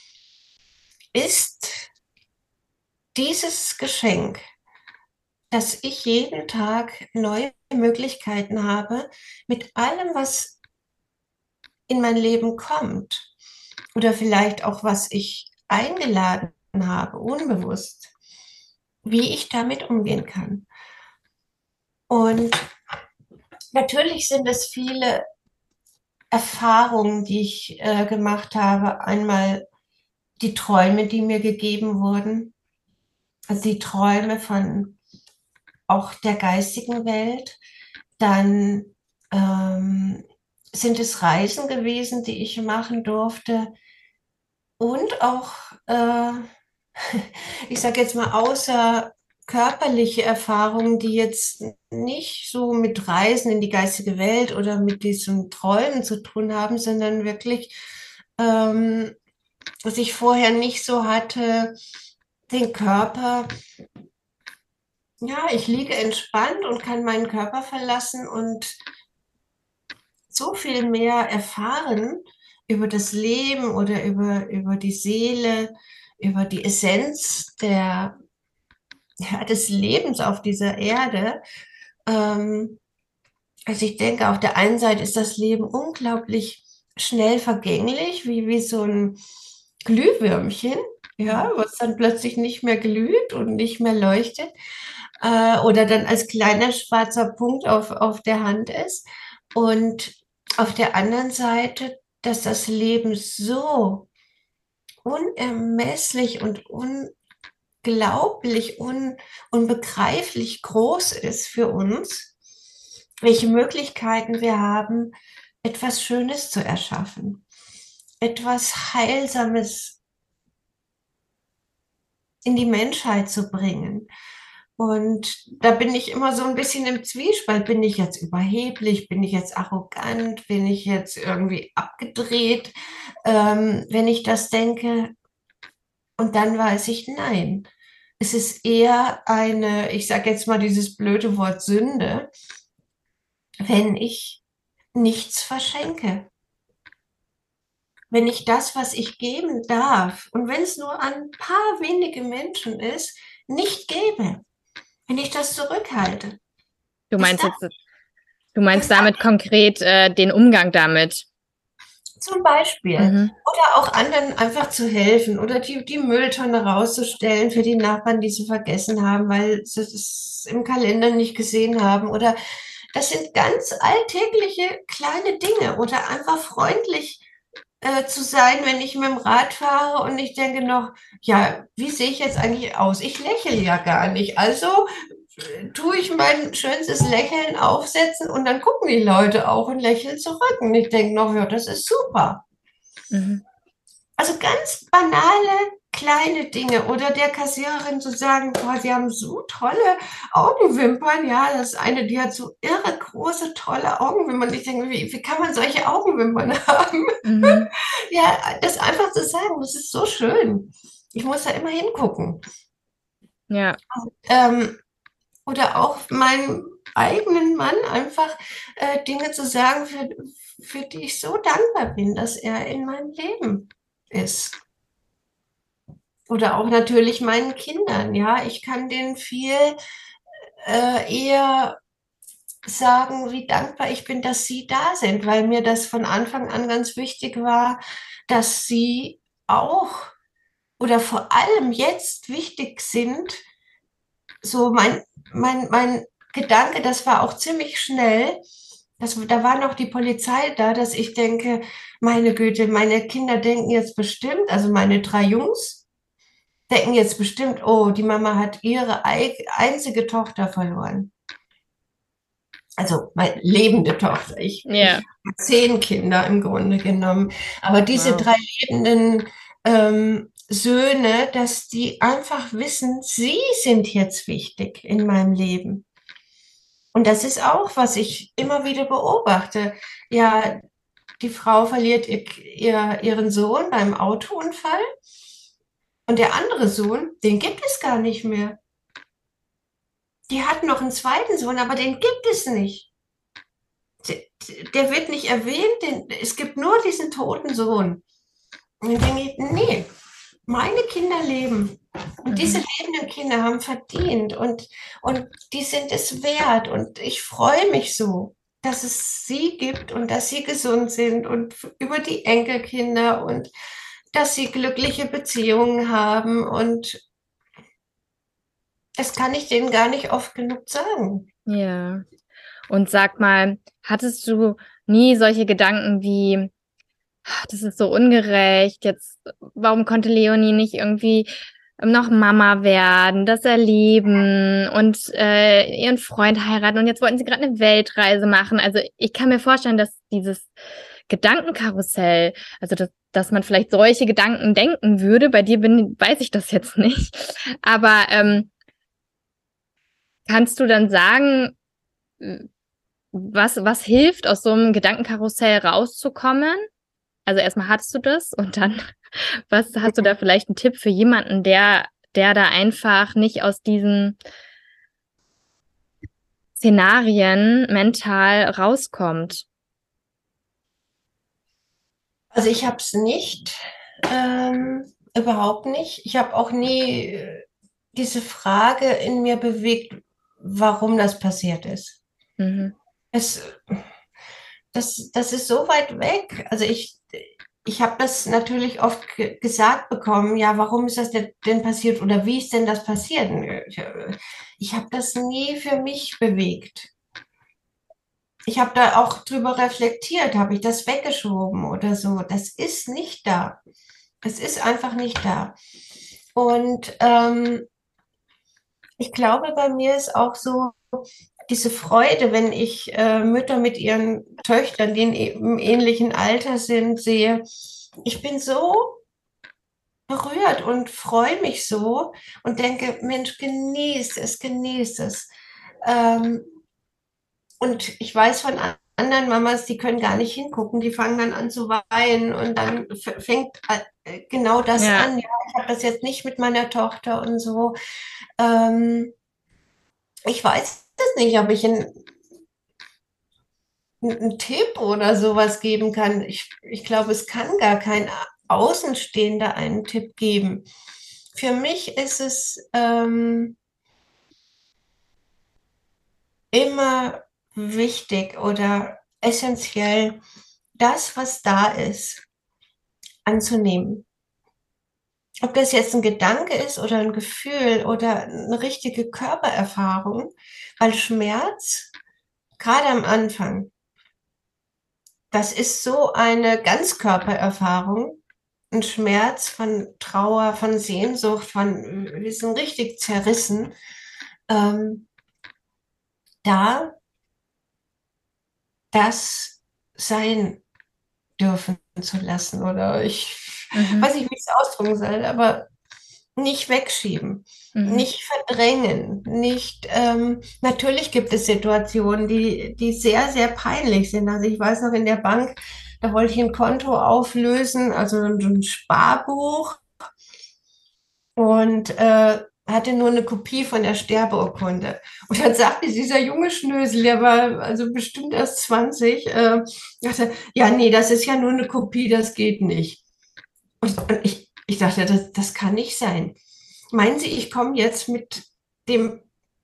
B: ist dieses Geschenk, dass ich jeden Tag neue Möglichkeiten habe, mit allem, was in mein Leben kommt oder vielleicht auch, was ich eingeladen habe, unbewusst, wie ich damit umgehen kann. Und natürlich sind es viele Erfahrungen, die ich gemacht habe. Einmal die Träume, die mir gegeben wurden, also die Träume von auch der geistigen Welt. Dann sind es Reisen gewesen, die ich machen durfte und auch, ich sage jetzt mal, außer körperliche Erfahrungen, die jetzt nicht so mit Reisen in die geistige Welt oder mit diesen Träumen zu tun haben, sondern wirklich, was ich vorher nicht so hatte, den Körper. Ja, ich liege entspannt und kann meinen Körper verlassen und so viel mehr erfahren über das Leben oder über die Seele, über die Essenz ja, des Lebens auf dieser Erde. Ähm, also ich denke, auf der einen Seite ist das Leben unglaublich schnell vergänglich, wie so ein Glühwürmchen, ja, was dann plötzlich nicht mehr glüht und nicht mehr leuchtet, oder dann als kleiner schwarzer Punkt auf der Hand ist. Und auf der anderen Seite, dass das Leben so unermesslich und unglaublich, unbegreiflich groß ist für uns, welche Möglichkeiten wir haben, etwas Schönes zu erschaffen, etwas Heilsames in die Menschheit zu bringen. Und da bin ich immer so ein bisschen im Zwiespalt. Bin ich jetzt überheblich? Bin ich jetzt arrogant? Bin ich jetzt irgendwie abgedreht, wenn ich das denke? Und dann weiß ich, nein. Es ist eher eine, ich sage jetzt mal dieses blöde Wort Sünde, wenn ich nichts verschenke. Wenn ich das, was ich geben darf, und wenn es nur an ein paar wenige Menschen ist, nicht gebe. Wenn ich das zurückhalte.
A: Du
B: Das
A: meinst
B: darf,
A: jetzt, du meinst
B: das darf
A: damit konkret den Umgang damit.
B: zum Beispiel.
A: Mhm.
B: Oder auch anderen einfach zu helfen oder die Mülltonne rauszustellen für die Nachbarn, die sie vergessen haben, weil sie es im Kalender nicht gesehen haben. Oder das sind ganz alltägliche kleine Dinge. Oder einfach freundlich zu sein, wenn ich mit dem Rad fahre und ich denke noch, ja, wie sehe ich jetzt eigentlich aus? Ich lächle ja gar nicht. Also tue ich mein schönstes Lächeln aufsetzen und dann gucken die Leute auch und lächeln zurück. Und ich denke noch, ja, das ist super.
A: Mhm.
B: Also ganz banale kleine Dinge oder der Kassiererin zu sagen, boah, Sie haben so tolle Augenwimpern. Ja, das ist eine, die hat so irre große, tolle Augenwimpern. Ich denke, wie kann man solche Augenwimpern haben?
A: Mhm.
B: Ja, das einfach zu sagen, das ist so schön. Ich muss da immer hingucken.
A: Ja.
B: Ähm, oder auch meinem eigenen Mann einfach Dinge zu sagen, für die ich so dankbar bin, dass er in meinem Leben ist. Oder auch natürlich meinen Kindern, ja. Ich kann denen viel eher sagen, wie dankbar ich bin, dass sie da sind, weil mir das von Anfang an ganz wichtig war, dass sie auch oder vor allem jetzt wichtig sind, so mein Gedanke, das war auch ziemlich schnell, da war noch die Polizei da, dass ich denke, meine Güte, meine Kinder denken jetzt bestimmt, also meine 3 Jungs denken jetzt bestimmt, oh, die Mama hat ihre einzige Tochter verloren. Also meine lebende Tochter. Ich
A: Ja.
B: habe 10 Kinder im Grunde genommen. Aber diese
A: Wow.
B: 3 lebenden Söhne, dass die einfach wissen, sie sind jetzt wichtig in meinem Leben. Und das ist auch, was ich immer wieder beobachte. Ja, die Frau verliert ihren Sohn beim Autounfall und der andere Sohn, den gibt es gar nicht mehr. Die hat noch einen zweiten Sohn, aber den gibt es nicht. Der wird nicht erwähnt, es gibt nur diesen toten Sohn. Und dann denke ich, nee, meine Kinder leben. Und diese
A: Mhm.
B: lebenden Kinder haben verdient und die sind es wert. Und ich freue mich so, dass es sie gibt und dass sie gesund sind und über die Enkelkinder und dass sie glückliche Beziehungen haben. Und das kann ich denen gar nicht oft genug sagen.
A: Ja. Und sag mal, hattest du nie solche Gedanken wie, "Ach, das ist so ungerecht, jetzt, warum konnte Leonie nicht irgendwie noch Mama werden, das erleben und ihren Freund heiraten und jetzt wollten sie gerade eine Weltreise machen." Also ich kann mir vorstellen, dass dieses Gedankenkarussell, also dass man vielleicht solche Gedanken denken würde, bei dir weiß ich das jetzt nicht, aber kannst du dann sagen, was hilft, aus so einem Gedankenkarussell rauszukommen? Also erstmal hattest du das und dann, was hast du da vielleicht einen Tipp für jemanden, der da einfach nicht aus diesen Szenarien mental rauskommt?
B: Also ich habe es nicht, überhaupt nicht. Ich habe auch nie diese Frage in mir bewegt, warum das passiert ist.
A: Mhm.
B: Es, das ist so weit weg. Also ich habe das natürlich oft gesagt bekommen, ja, warum ist das denn passiert oder wie ist denn das passiert? Ich habe das nie für mich bewegt. Ich habe da auch drüber reflektiert, habe ich das weggeschoben oder so. Das ist nicht da. Es ist einfach nicht da. Und ich glaube, bei mir ist auch so diese Freude, wenn ich Mütter mit ihren Töchtern, die im ähnlichen Alter sind, sehe. Ich bin so berührt und freue mich so und denke, Mensch, genießt es, genießt es. Ähm, und ich weiß von anderen Mamas, die können gar nicht hingucken, die fangen dann an zu weinen und dann fängt genau das
A: Ja,
B: an. Ja, ich habe das jetzt nicht mit meiner Tochter und so. Ähm, ich weiß das nicht, ob ich einen Tipp oder sowas geben kann. Ich glaube, es kann gar kein Außenstehender einen Tipp geben. Für mich ist es immer wichtig oder essentiell, das, was da ist, anzunehmen. Ob das jetzt ein Gedanke ist oder ein Gefühl oder eine richtige Körpererfahrung, weil Schmerz, gerade am Anfang, das ist so eine Ganzkörpererfahrung, ein Schmerz von Trauer, von Sehnsucht, wir sind richtig zerrissen, ähm, da das sein dürfen zu lassen. Oder ich
A: mhm.
B: weiß nicht, wie ich es ausdrücken soll, aber nicht wegschieben,
A: Mhm.
B: nicht verdrängen, nicht, natürlich gibt es Situationen, die sehr, sehr peinlich sind. Also ich weiß noch in der Bank, da wollte ich ein Konto auflösen, also ein Sparbuch und hatte nur eine Kopie von der Sterbeurkunde. Und dann sagte dieser junge Schnösel, der war also bestimmt erst 20, sagte, ja, nee, das ist ja nur eine Kopie, das geht nicht. Und ich dachte, das kann nicht sein. Meinen Sie, ich komme jetzt dem,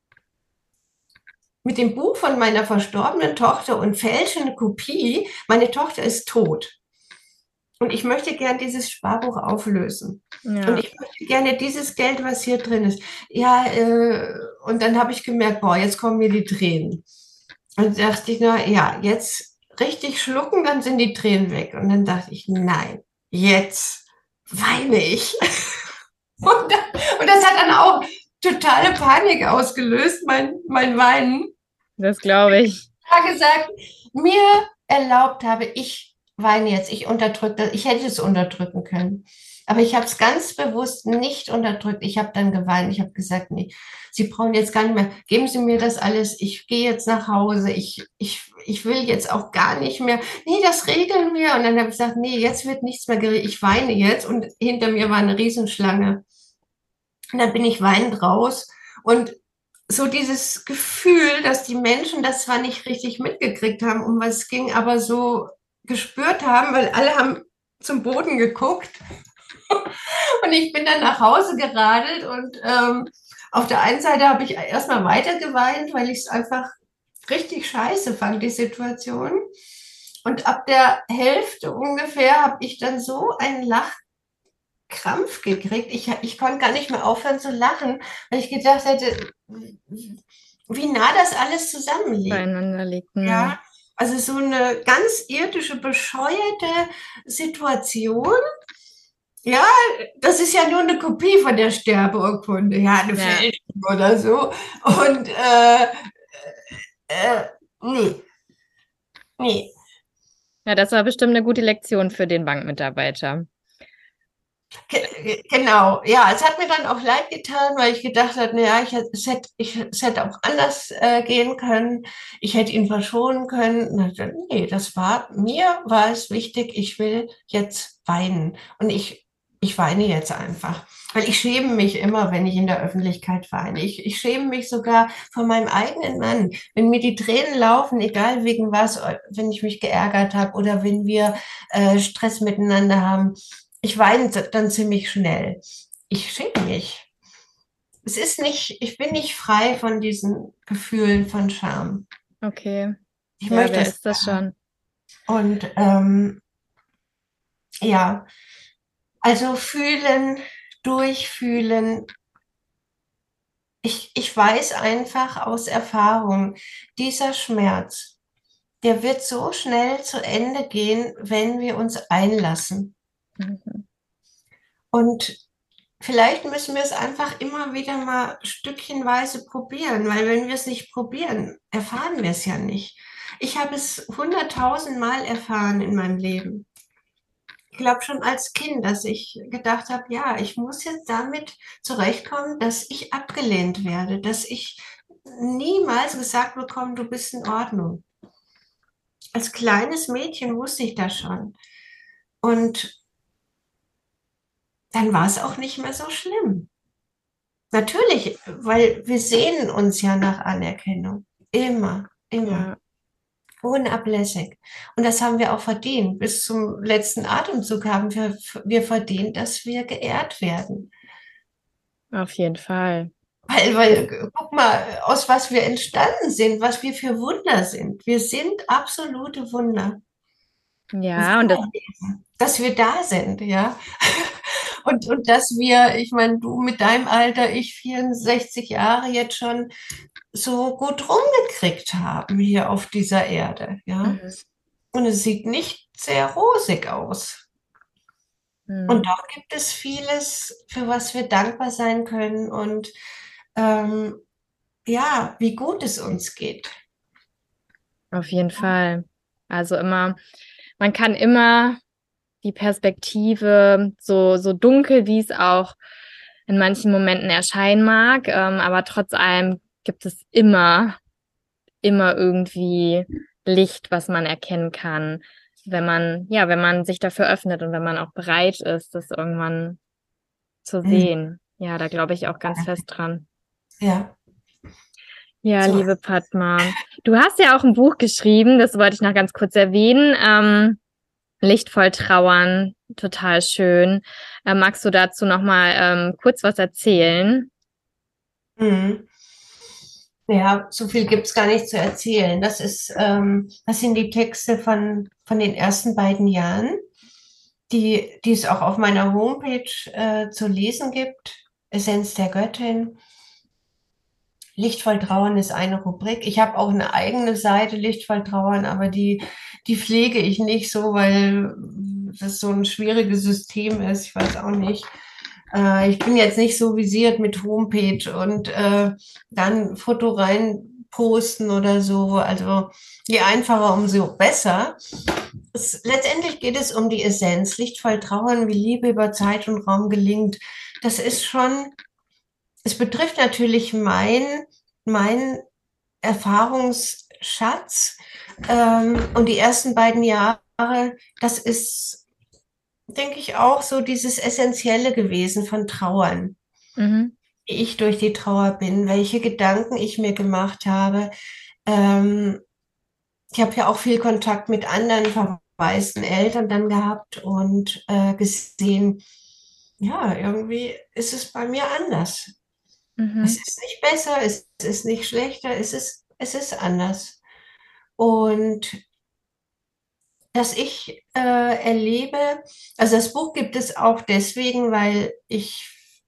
B: mit dem Buch von meiner verstorbenen Tochter und fälsche eine Kopie? Meine Tochter ist tot. Und ich möchte gern dieses Sparbuch auflösen. Und
A: Ja,
B: ich möchte gerne dieses Geld, was hier drin ist. Ja, und dann habe ich gemerkt, boah, jetzt kommen mir die Tränen. Und dachte ich, na ja, jetzt richtig schlucken, dann sind die Tränen weg. Und dann dachte ich, nein, jetzt weine ich. Und das hat dann auch totale Panik ausgelöst, mein Weinen.
A: das glaube ich.
B: Da gesagt, mir erlaubt habe, ich weine jetzt, ich unterdrücke das, ich hätte es unterdrücken können. Aber ich habe es ganz bewusst nicht unterdrückt. Ich habe dann geweint. Ich habe gesagt, nee, Sie brauchen jetzt gar nicht mehr. Geben Sie mir das alles. Ich gehe jetzt nach Hause. Ich will jetzt auch gar nicht mehr. Nee, das regeln wir. Und dann habe ich gesagt, nee, jetzt wird nichts mehr geregelt. Ich weine jetzt. Und hinter mir war eine Riesenschlange. Und dann bin ich weinend raus. Und so dieses Gefühl, dass die Menschen das zwar nicht richtig mitgekriegt haben, um was es ging, aber so gespürt haben, weil alle haben zum Boden geguckt. Und ich bin dann nach Hause geradelt und auf der einen Seite habe ich erstmal weiter geweint, weil ich es einfach richtig scheiße fand, die Situation. Und ab der Hälfte ungefähr habe ich dann so einen Lachkrampf gekriegt. Ich konnte gar nicht mehr aufhören zu lachen, weil ich gedacht hätte, wie nah das alles zusammenliegt.
A: Beieinander liegt.
B: Ja, also so eine ganz irdische, bescheuerte Situation. Ja, das ist ja nur eine Kopie von der Sterbeurkunde, ja, eine
A: Ja,
B: Fälschung oder so. Und äh, nee, nee.
A: ja, das war bestimmt eine gute Lektion für den Bankmitarbeiter.
B: Genau, ja, es hat mir dann auch leid getan, weil ich gedacht habe, naja, es hätte auch anders gehen können. Ich hätte ihn verschonen können. Und ich dachte, nee, mir war es wichtig, ich will jetzt weinen. Und ich weine jetzt einfach. Weil ich schäme mich immer, wenn ich in der Öffentlichkeit weine. Ich schäme mich sogar vor meinem eigenen Mann. Wenn mir die Tränen laufen, egal wegen was, wenn ich mich geärgert habe oder wenn wir Stress miteinander haben, ich weine dann ziemlich schnell. Ich schäme mich. Ich bin nicht frei von diesen Gefühlen von Scham.
A: Okay.
B: Ich
A: Ja,
B: möchte
A: wer
B: das.
A: ist das schon?
B: Und ja, also fühlen, durchfühlen. Ich weiß einfach aus Erfahrung, dieser Schmerz, der wird so schnell zu Ende gehen, wenn wir uns einlassen.
A: Mhm.
B: Und vielleicht müssen wir es einfach immer wieder mal stückchenweise probieren, weil wenn wir es nicht probieren, erfahren wir es ja nicht. Ich habe es 100.000 Mal erfahren in meinem Leben. Ich glaube schon als Kind, dass ich gedacht habe, ja, ich muss jetzt damit zurechtkommen, dass ich abgelehnt werde, dass ich niemals gesagt bekomme, du bist in Ordnung. Als kleines Mädchen wusste ich das schon. Und dann war es auch nicht mehr so schlimm. Natürlich, weil wir sehnen uns ja nach Anerkennung. Immer, immer.
A: Ja,
B: Unablässig. Und das haben wir auch verdient. Bis zum letzten Atemzug haben wir verdient, dass wir geehrt werden.
A: auf jeden Fall.
B: Guck mal, aus was wir entstanden sind, was wir für Wunder sind. Wir sind absolute Wunder.
A: Ja, und das,
B: Dass wir da sind, ja. Und dass wir, ich meine, du mit deinem Alter, ich 64 Jahre jetzt schon so gut rumgekriegt haben hier auf dieser Erde, ja.
A: mhm.
B: Und es sieht nicht sehr rosig aus. Und
A: Mhm.
B: doch gibt es vieles, für was wir dankbar sein können und ähm, ja, wie gut es uns geht.
A: Auf jeden Fall. Also immer, man kann immer die Perspektive, so dunkel, wie es auch in manchen Momenten erscheinen mag, aber trotz allem gibt es immer irgendwie Licht, was man erkennen kann, wenn man, ja, wenn man sich dafür öffnet und wenn man auch bereit ist, das irgendwann zu
B: Mhm.
A: sehen. Ja, da glaube ich auch ganz fest dran.
B: Ja,
A: Ja,
B: so.
A: liebe Padma, du hast ja auch ein Buch geschrieben, das wollte ich noch ganz kurz erwähnen. Lichtvoll trauern, total schön. Magst du dazu noch mal kurz was erzählen?
B: Mhm. Ja, so viel gibt es gar nicht zu erzählen. Das sind die Texte von den ersten beiden Jahren. die es auch auf meiner Homepage zu lesen gibt. Essenz der Göttin. Lichtvoll Trauern ist eine Rubrik. Ich habe auch eine eigene Seite, Lichtvoll Trauern, aber die pflege ich nicht so, weil das so ein schwieriges System ist. Ich weiß auch nicht. Ich bin jetzt nicht so visiert mit Homepage und dann Foto rein posten oder so. Also je einfacher, umso besser. Letztendlich geht es um die Essenz. Lichtvoll Trauern, wie Liebe über Zeit und Raum gelingt. Das ist schon, es betrifft natürlich mein Erfahrungsschatz. Und die ersten beiden Jahre, das ist, denke ich, auch so dieses Essentielle gewesen von Trauern.
A: Mhm.
B: Wie ich durch die Trauer bin, welche Gedanken ich mir gemacht habe. Ähm, Ich habe ja auch viel Kontakt mit anderen verwaisten Eltern dann gehabt und gesehen, ja, irgendwie ist es bei mir anders. Es
A: Mhm.
B: ist nicht besser, es ist nicht schlechter, es ist anders. Und dass ich erlebe, also das Buch gibt es auch deswegen, weil ich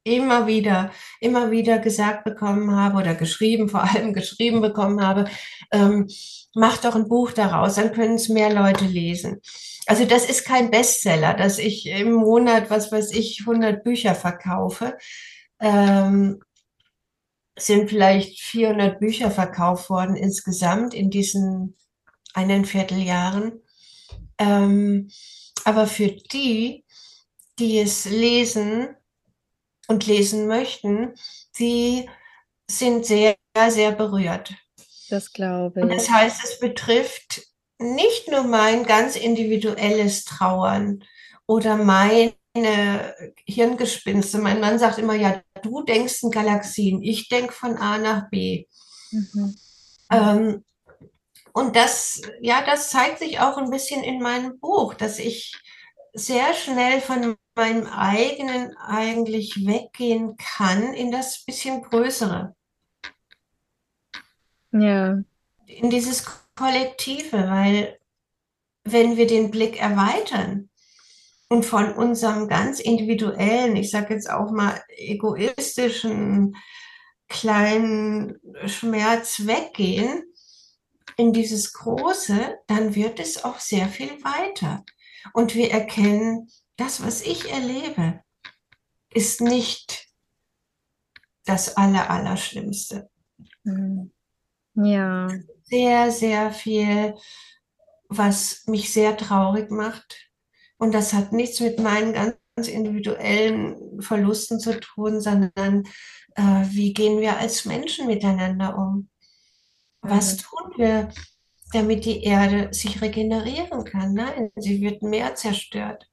B: immer wieder gesagt bekommen habe oder geschrieben, vor allem geschrieben bekommen habe, ähm, mach doch ein Buch daraus, dann können es mehr Leute lesen. Also das ist kein Bestseller, dass ich im Monat, was weiß ich, 100 Bücher verkaufe. Ähm, Sind vielleicht 400 Bücher verkauft worden insgesamt in diesen 1,25 Jahren. Ähm, aber für die, die es lesen und lesen möchten, die sind sehr, sehr berührt.
A: Das
B: Und
A: glaube
B: das
A: ich.
B: heißt, es betrifft nicht nur mein ganz individuelles Trauern oder meine Hirngespinste. Mein Mann sagt immer, ja, du denkst in Galaxien, ich denke von A nach B.
A: Mhm.
B: Ähm, Und das, ja, das zeigt sich auch ein bisschen in meinem Buch, dass ich sehr schnell von meinem eigenen eigentlich weggehen kann in das bisschen Größere,
A: Ja.
B: in dieses Kollektive, weil wenn wir den Blick erweitern und von unserem ganz individuellen, ich sage jetzt auch mal egoistischen kleinen Schmerz weggehen in dieses Große, dann wird es auch sehr viel weiter. Und wir erkennen, das, was ich erlebe, ist nicht das Allerschlimmste.
A: Mhm. Ja.
B: Sehr, sehr viel, was mich sehr traurig macht. Und das hat nichts mit meinen ganz individuellen Verlusten zu tun, sondern wie gehen wir als Menschen miteinander um? Was
A: Mhm.
B: tun wir, damit die Erde sich regenerieren kann? Nein, sie wird mehr zerstört.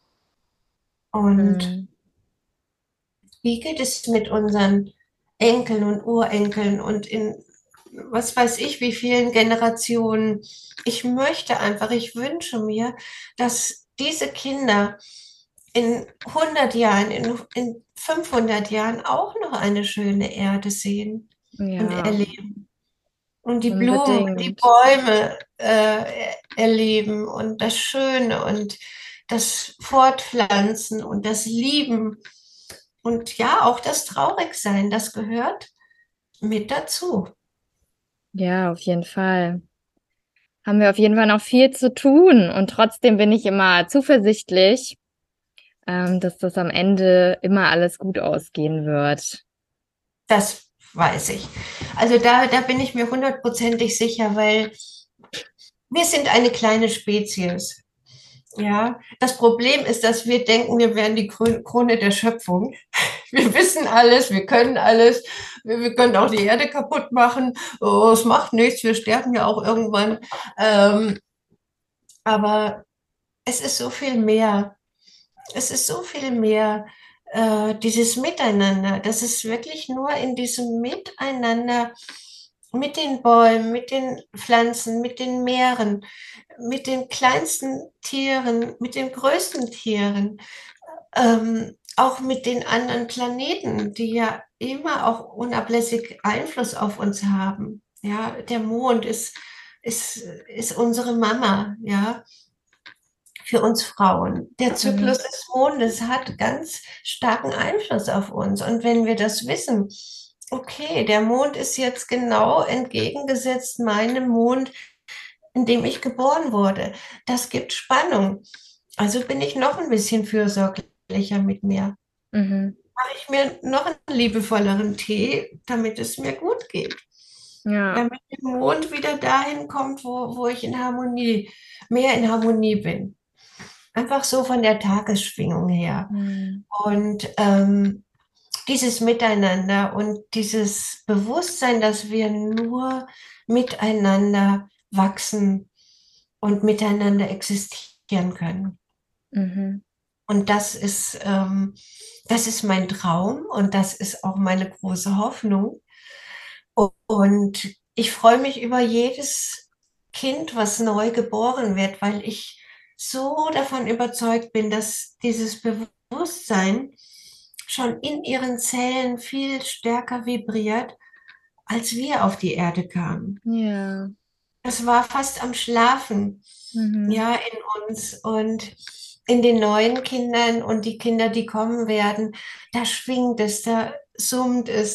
B: Und
A: Mhm.
B: wie geht es mit unseren Enkeln und Urenkeln und in was weiß ich, wie vielen Generationen? Ich möchte einfach, ich wünsche mir, dass diese Kinder in 100 Jahren, in 500 Jahren auch noch eine schöne Erde sehen und
A: Ja,
B: erleben und die Blumen, die
A: unbedingt.
B: Bäume erleben und das Schöne und das Fortpflanzen und das Lieben und ja, auch das Traurigsein, das gehört mit dazu.
A: Ja, auf jeden Fall. Haben wir auf jeden Fall noch viel zu tun. Und trotzdem bin ich immer zuversichtlich, dass das am Ende immer alles gut ausgehen wird.
B: Das weiß ich. Also da bin ich mir hundertprozentig sicher, weil wir sind eine kleine Spezies. Ja, das Problem ist, dass wir denken, wir wären die Krone der Schöpfung. Wir wissen alles, wir können alles, wir können auch die Erde kaputt machen. Oh, es macht nichts, wir sterben ja auch irgendwann. Ähm, aber es ist so viel mehr. Es ist so viel mehr, dieses Miteinander. Das ist wirklich nur in diesem Miteinander mit den Bäumen, mit den Pflanzen, mit den Meeren, mit den kleinsten Tieren, mit den größten Tieren, auch mit den anderen Planeten, die ja immer auch unablässig Einfluss auf uns haben. Ja, der Mond ist unsere Mama, ja. für uns Frauen. Der
A: Mhm.
B: Zyklus des Mondes hat ganz starken Einfluss auf uns. Und wenn wir das wissen, okay, der Mond ist jetzt genau entgegengesetzt meinem Mond, in dem ich geboren wurde. Das gibt Spannung. Also bin ich noch ein bisschen fürsorglicher mit mir.
A: Mhm.
B: Mache ich mir noch einen liebevolleren Tee, damit es mir gut geht.
A: Ja.
B: Damit der Mond wieder dahin kommt, wo ich mehr in Harmonie bin. Einfach so von der Tagesschwingung her.
A: Mhm.
B: Und dieses Miteinander und dieses Bewusstsein, dass wir nur miteinander wachsen und miteinander existieren können.
A: Mhm.
B: Und das ist mein Traum und das ist auch meine große Hoffnung. Und ich freue mich über jedes Kind, was neu geboren wird, weil ich so davon überzeugt bin, dass dieses Bewusstsein schon in ihren Zellen viel stärker vibriert, als wir auf die Erde kamen.
A: Ja.
B: Das war fast am Schlafen,
A: Mhm.
B: ja, in uns und in den neuen Kindern und die Kinder, die kommen werden, da schwingt es, da summt es,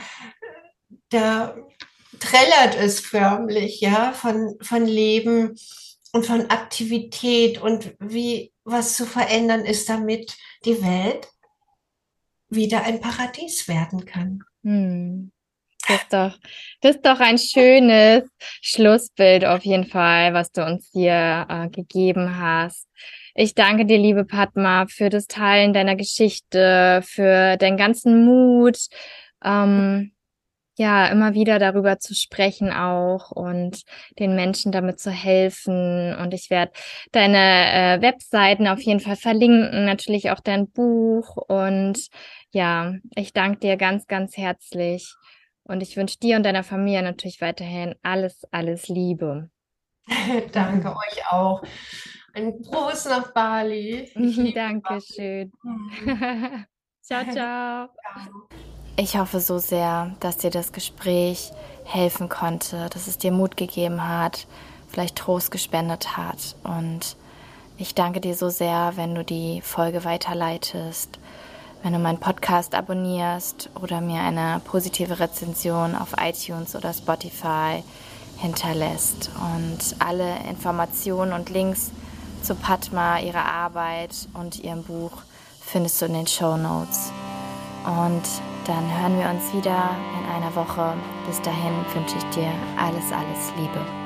B: da trällert es förmlich, ja, von Leben und von Aktivität und wie was zu verändern ist, damit die Welt wieder ein Paradies werden kann.
A: Mhm. Das ist doch ein schönes Schlussbild auf jeden Fall, was du uns hier gegeben hast. Ich danke dir, liebe Padma, für das Teilen deiner Geschichte, für deinen ganzen Mut, ähm, ja, immer wieder darüber zu sprechen auch und den Menschen damit zu helfen. Und ich werde deine Webseiten auf jeden Fall verlinken, natürlich auch dein Buch. Und ja, ich danke dir ganz, ganz herzlich. Und ich wünsche dir und deiner Familie natürlich weiterhin alles, alles Liebe.
B: Danke euch auch. Ein Gruß nach Bali. Ich liebe
A: Dankeschön.
B: Bali.
A: Ciao, ciao.
B: Ciao.
A: Ich hoffe so sehr, dass dir das Gespräch helfen konnte, dass es dir Mut gegeben hat, vielleicht Trost gespendet hat. Und ich danke dir so sehr, wenn du die Folge weiterleitest, wenn du meinen Podcast abonnierst oder mir eine positive Rezension auf iTunes oder Spotify hinterlässt. Und alle Informationen und Links zu Padma, ihrer Arbeit und ihrem Buch findest du in den Shownotes. Und dann hören wir uns wieder in einer Woche. Bis dahin wünsche ich dir alles, alles Liebe.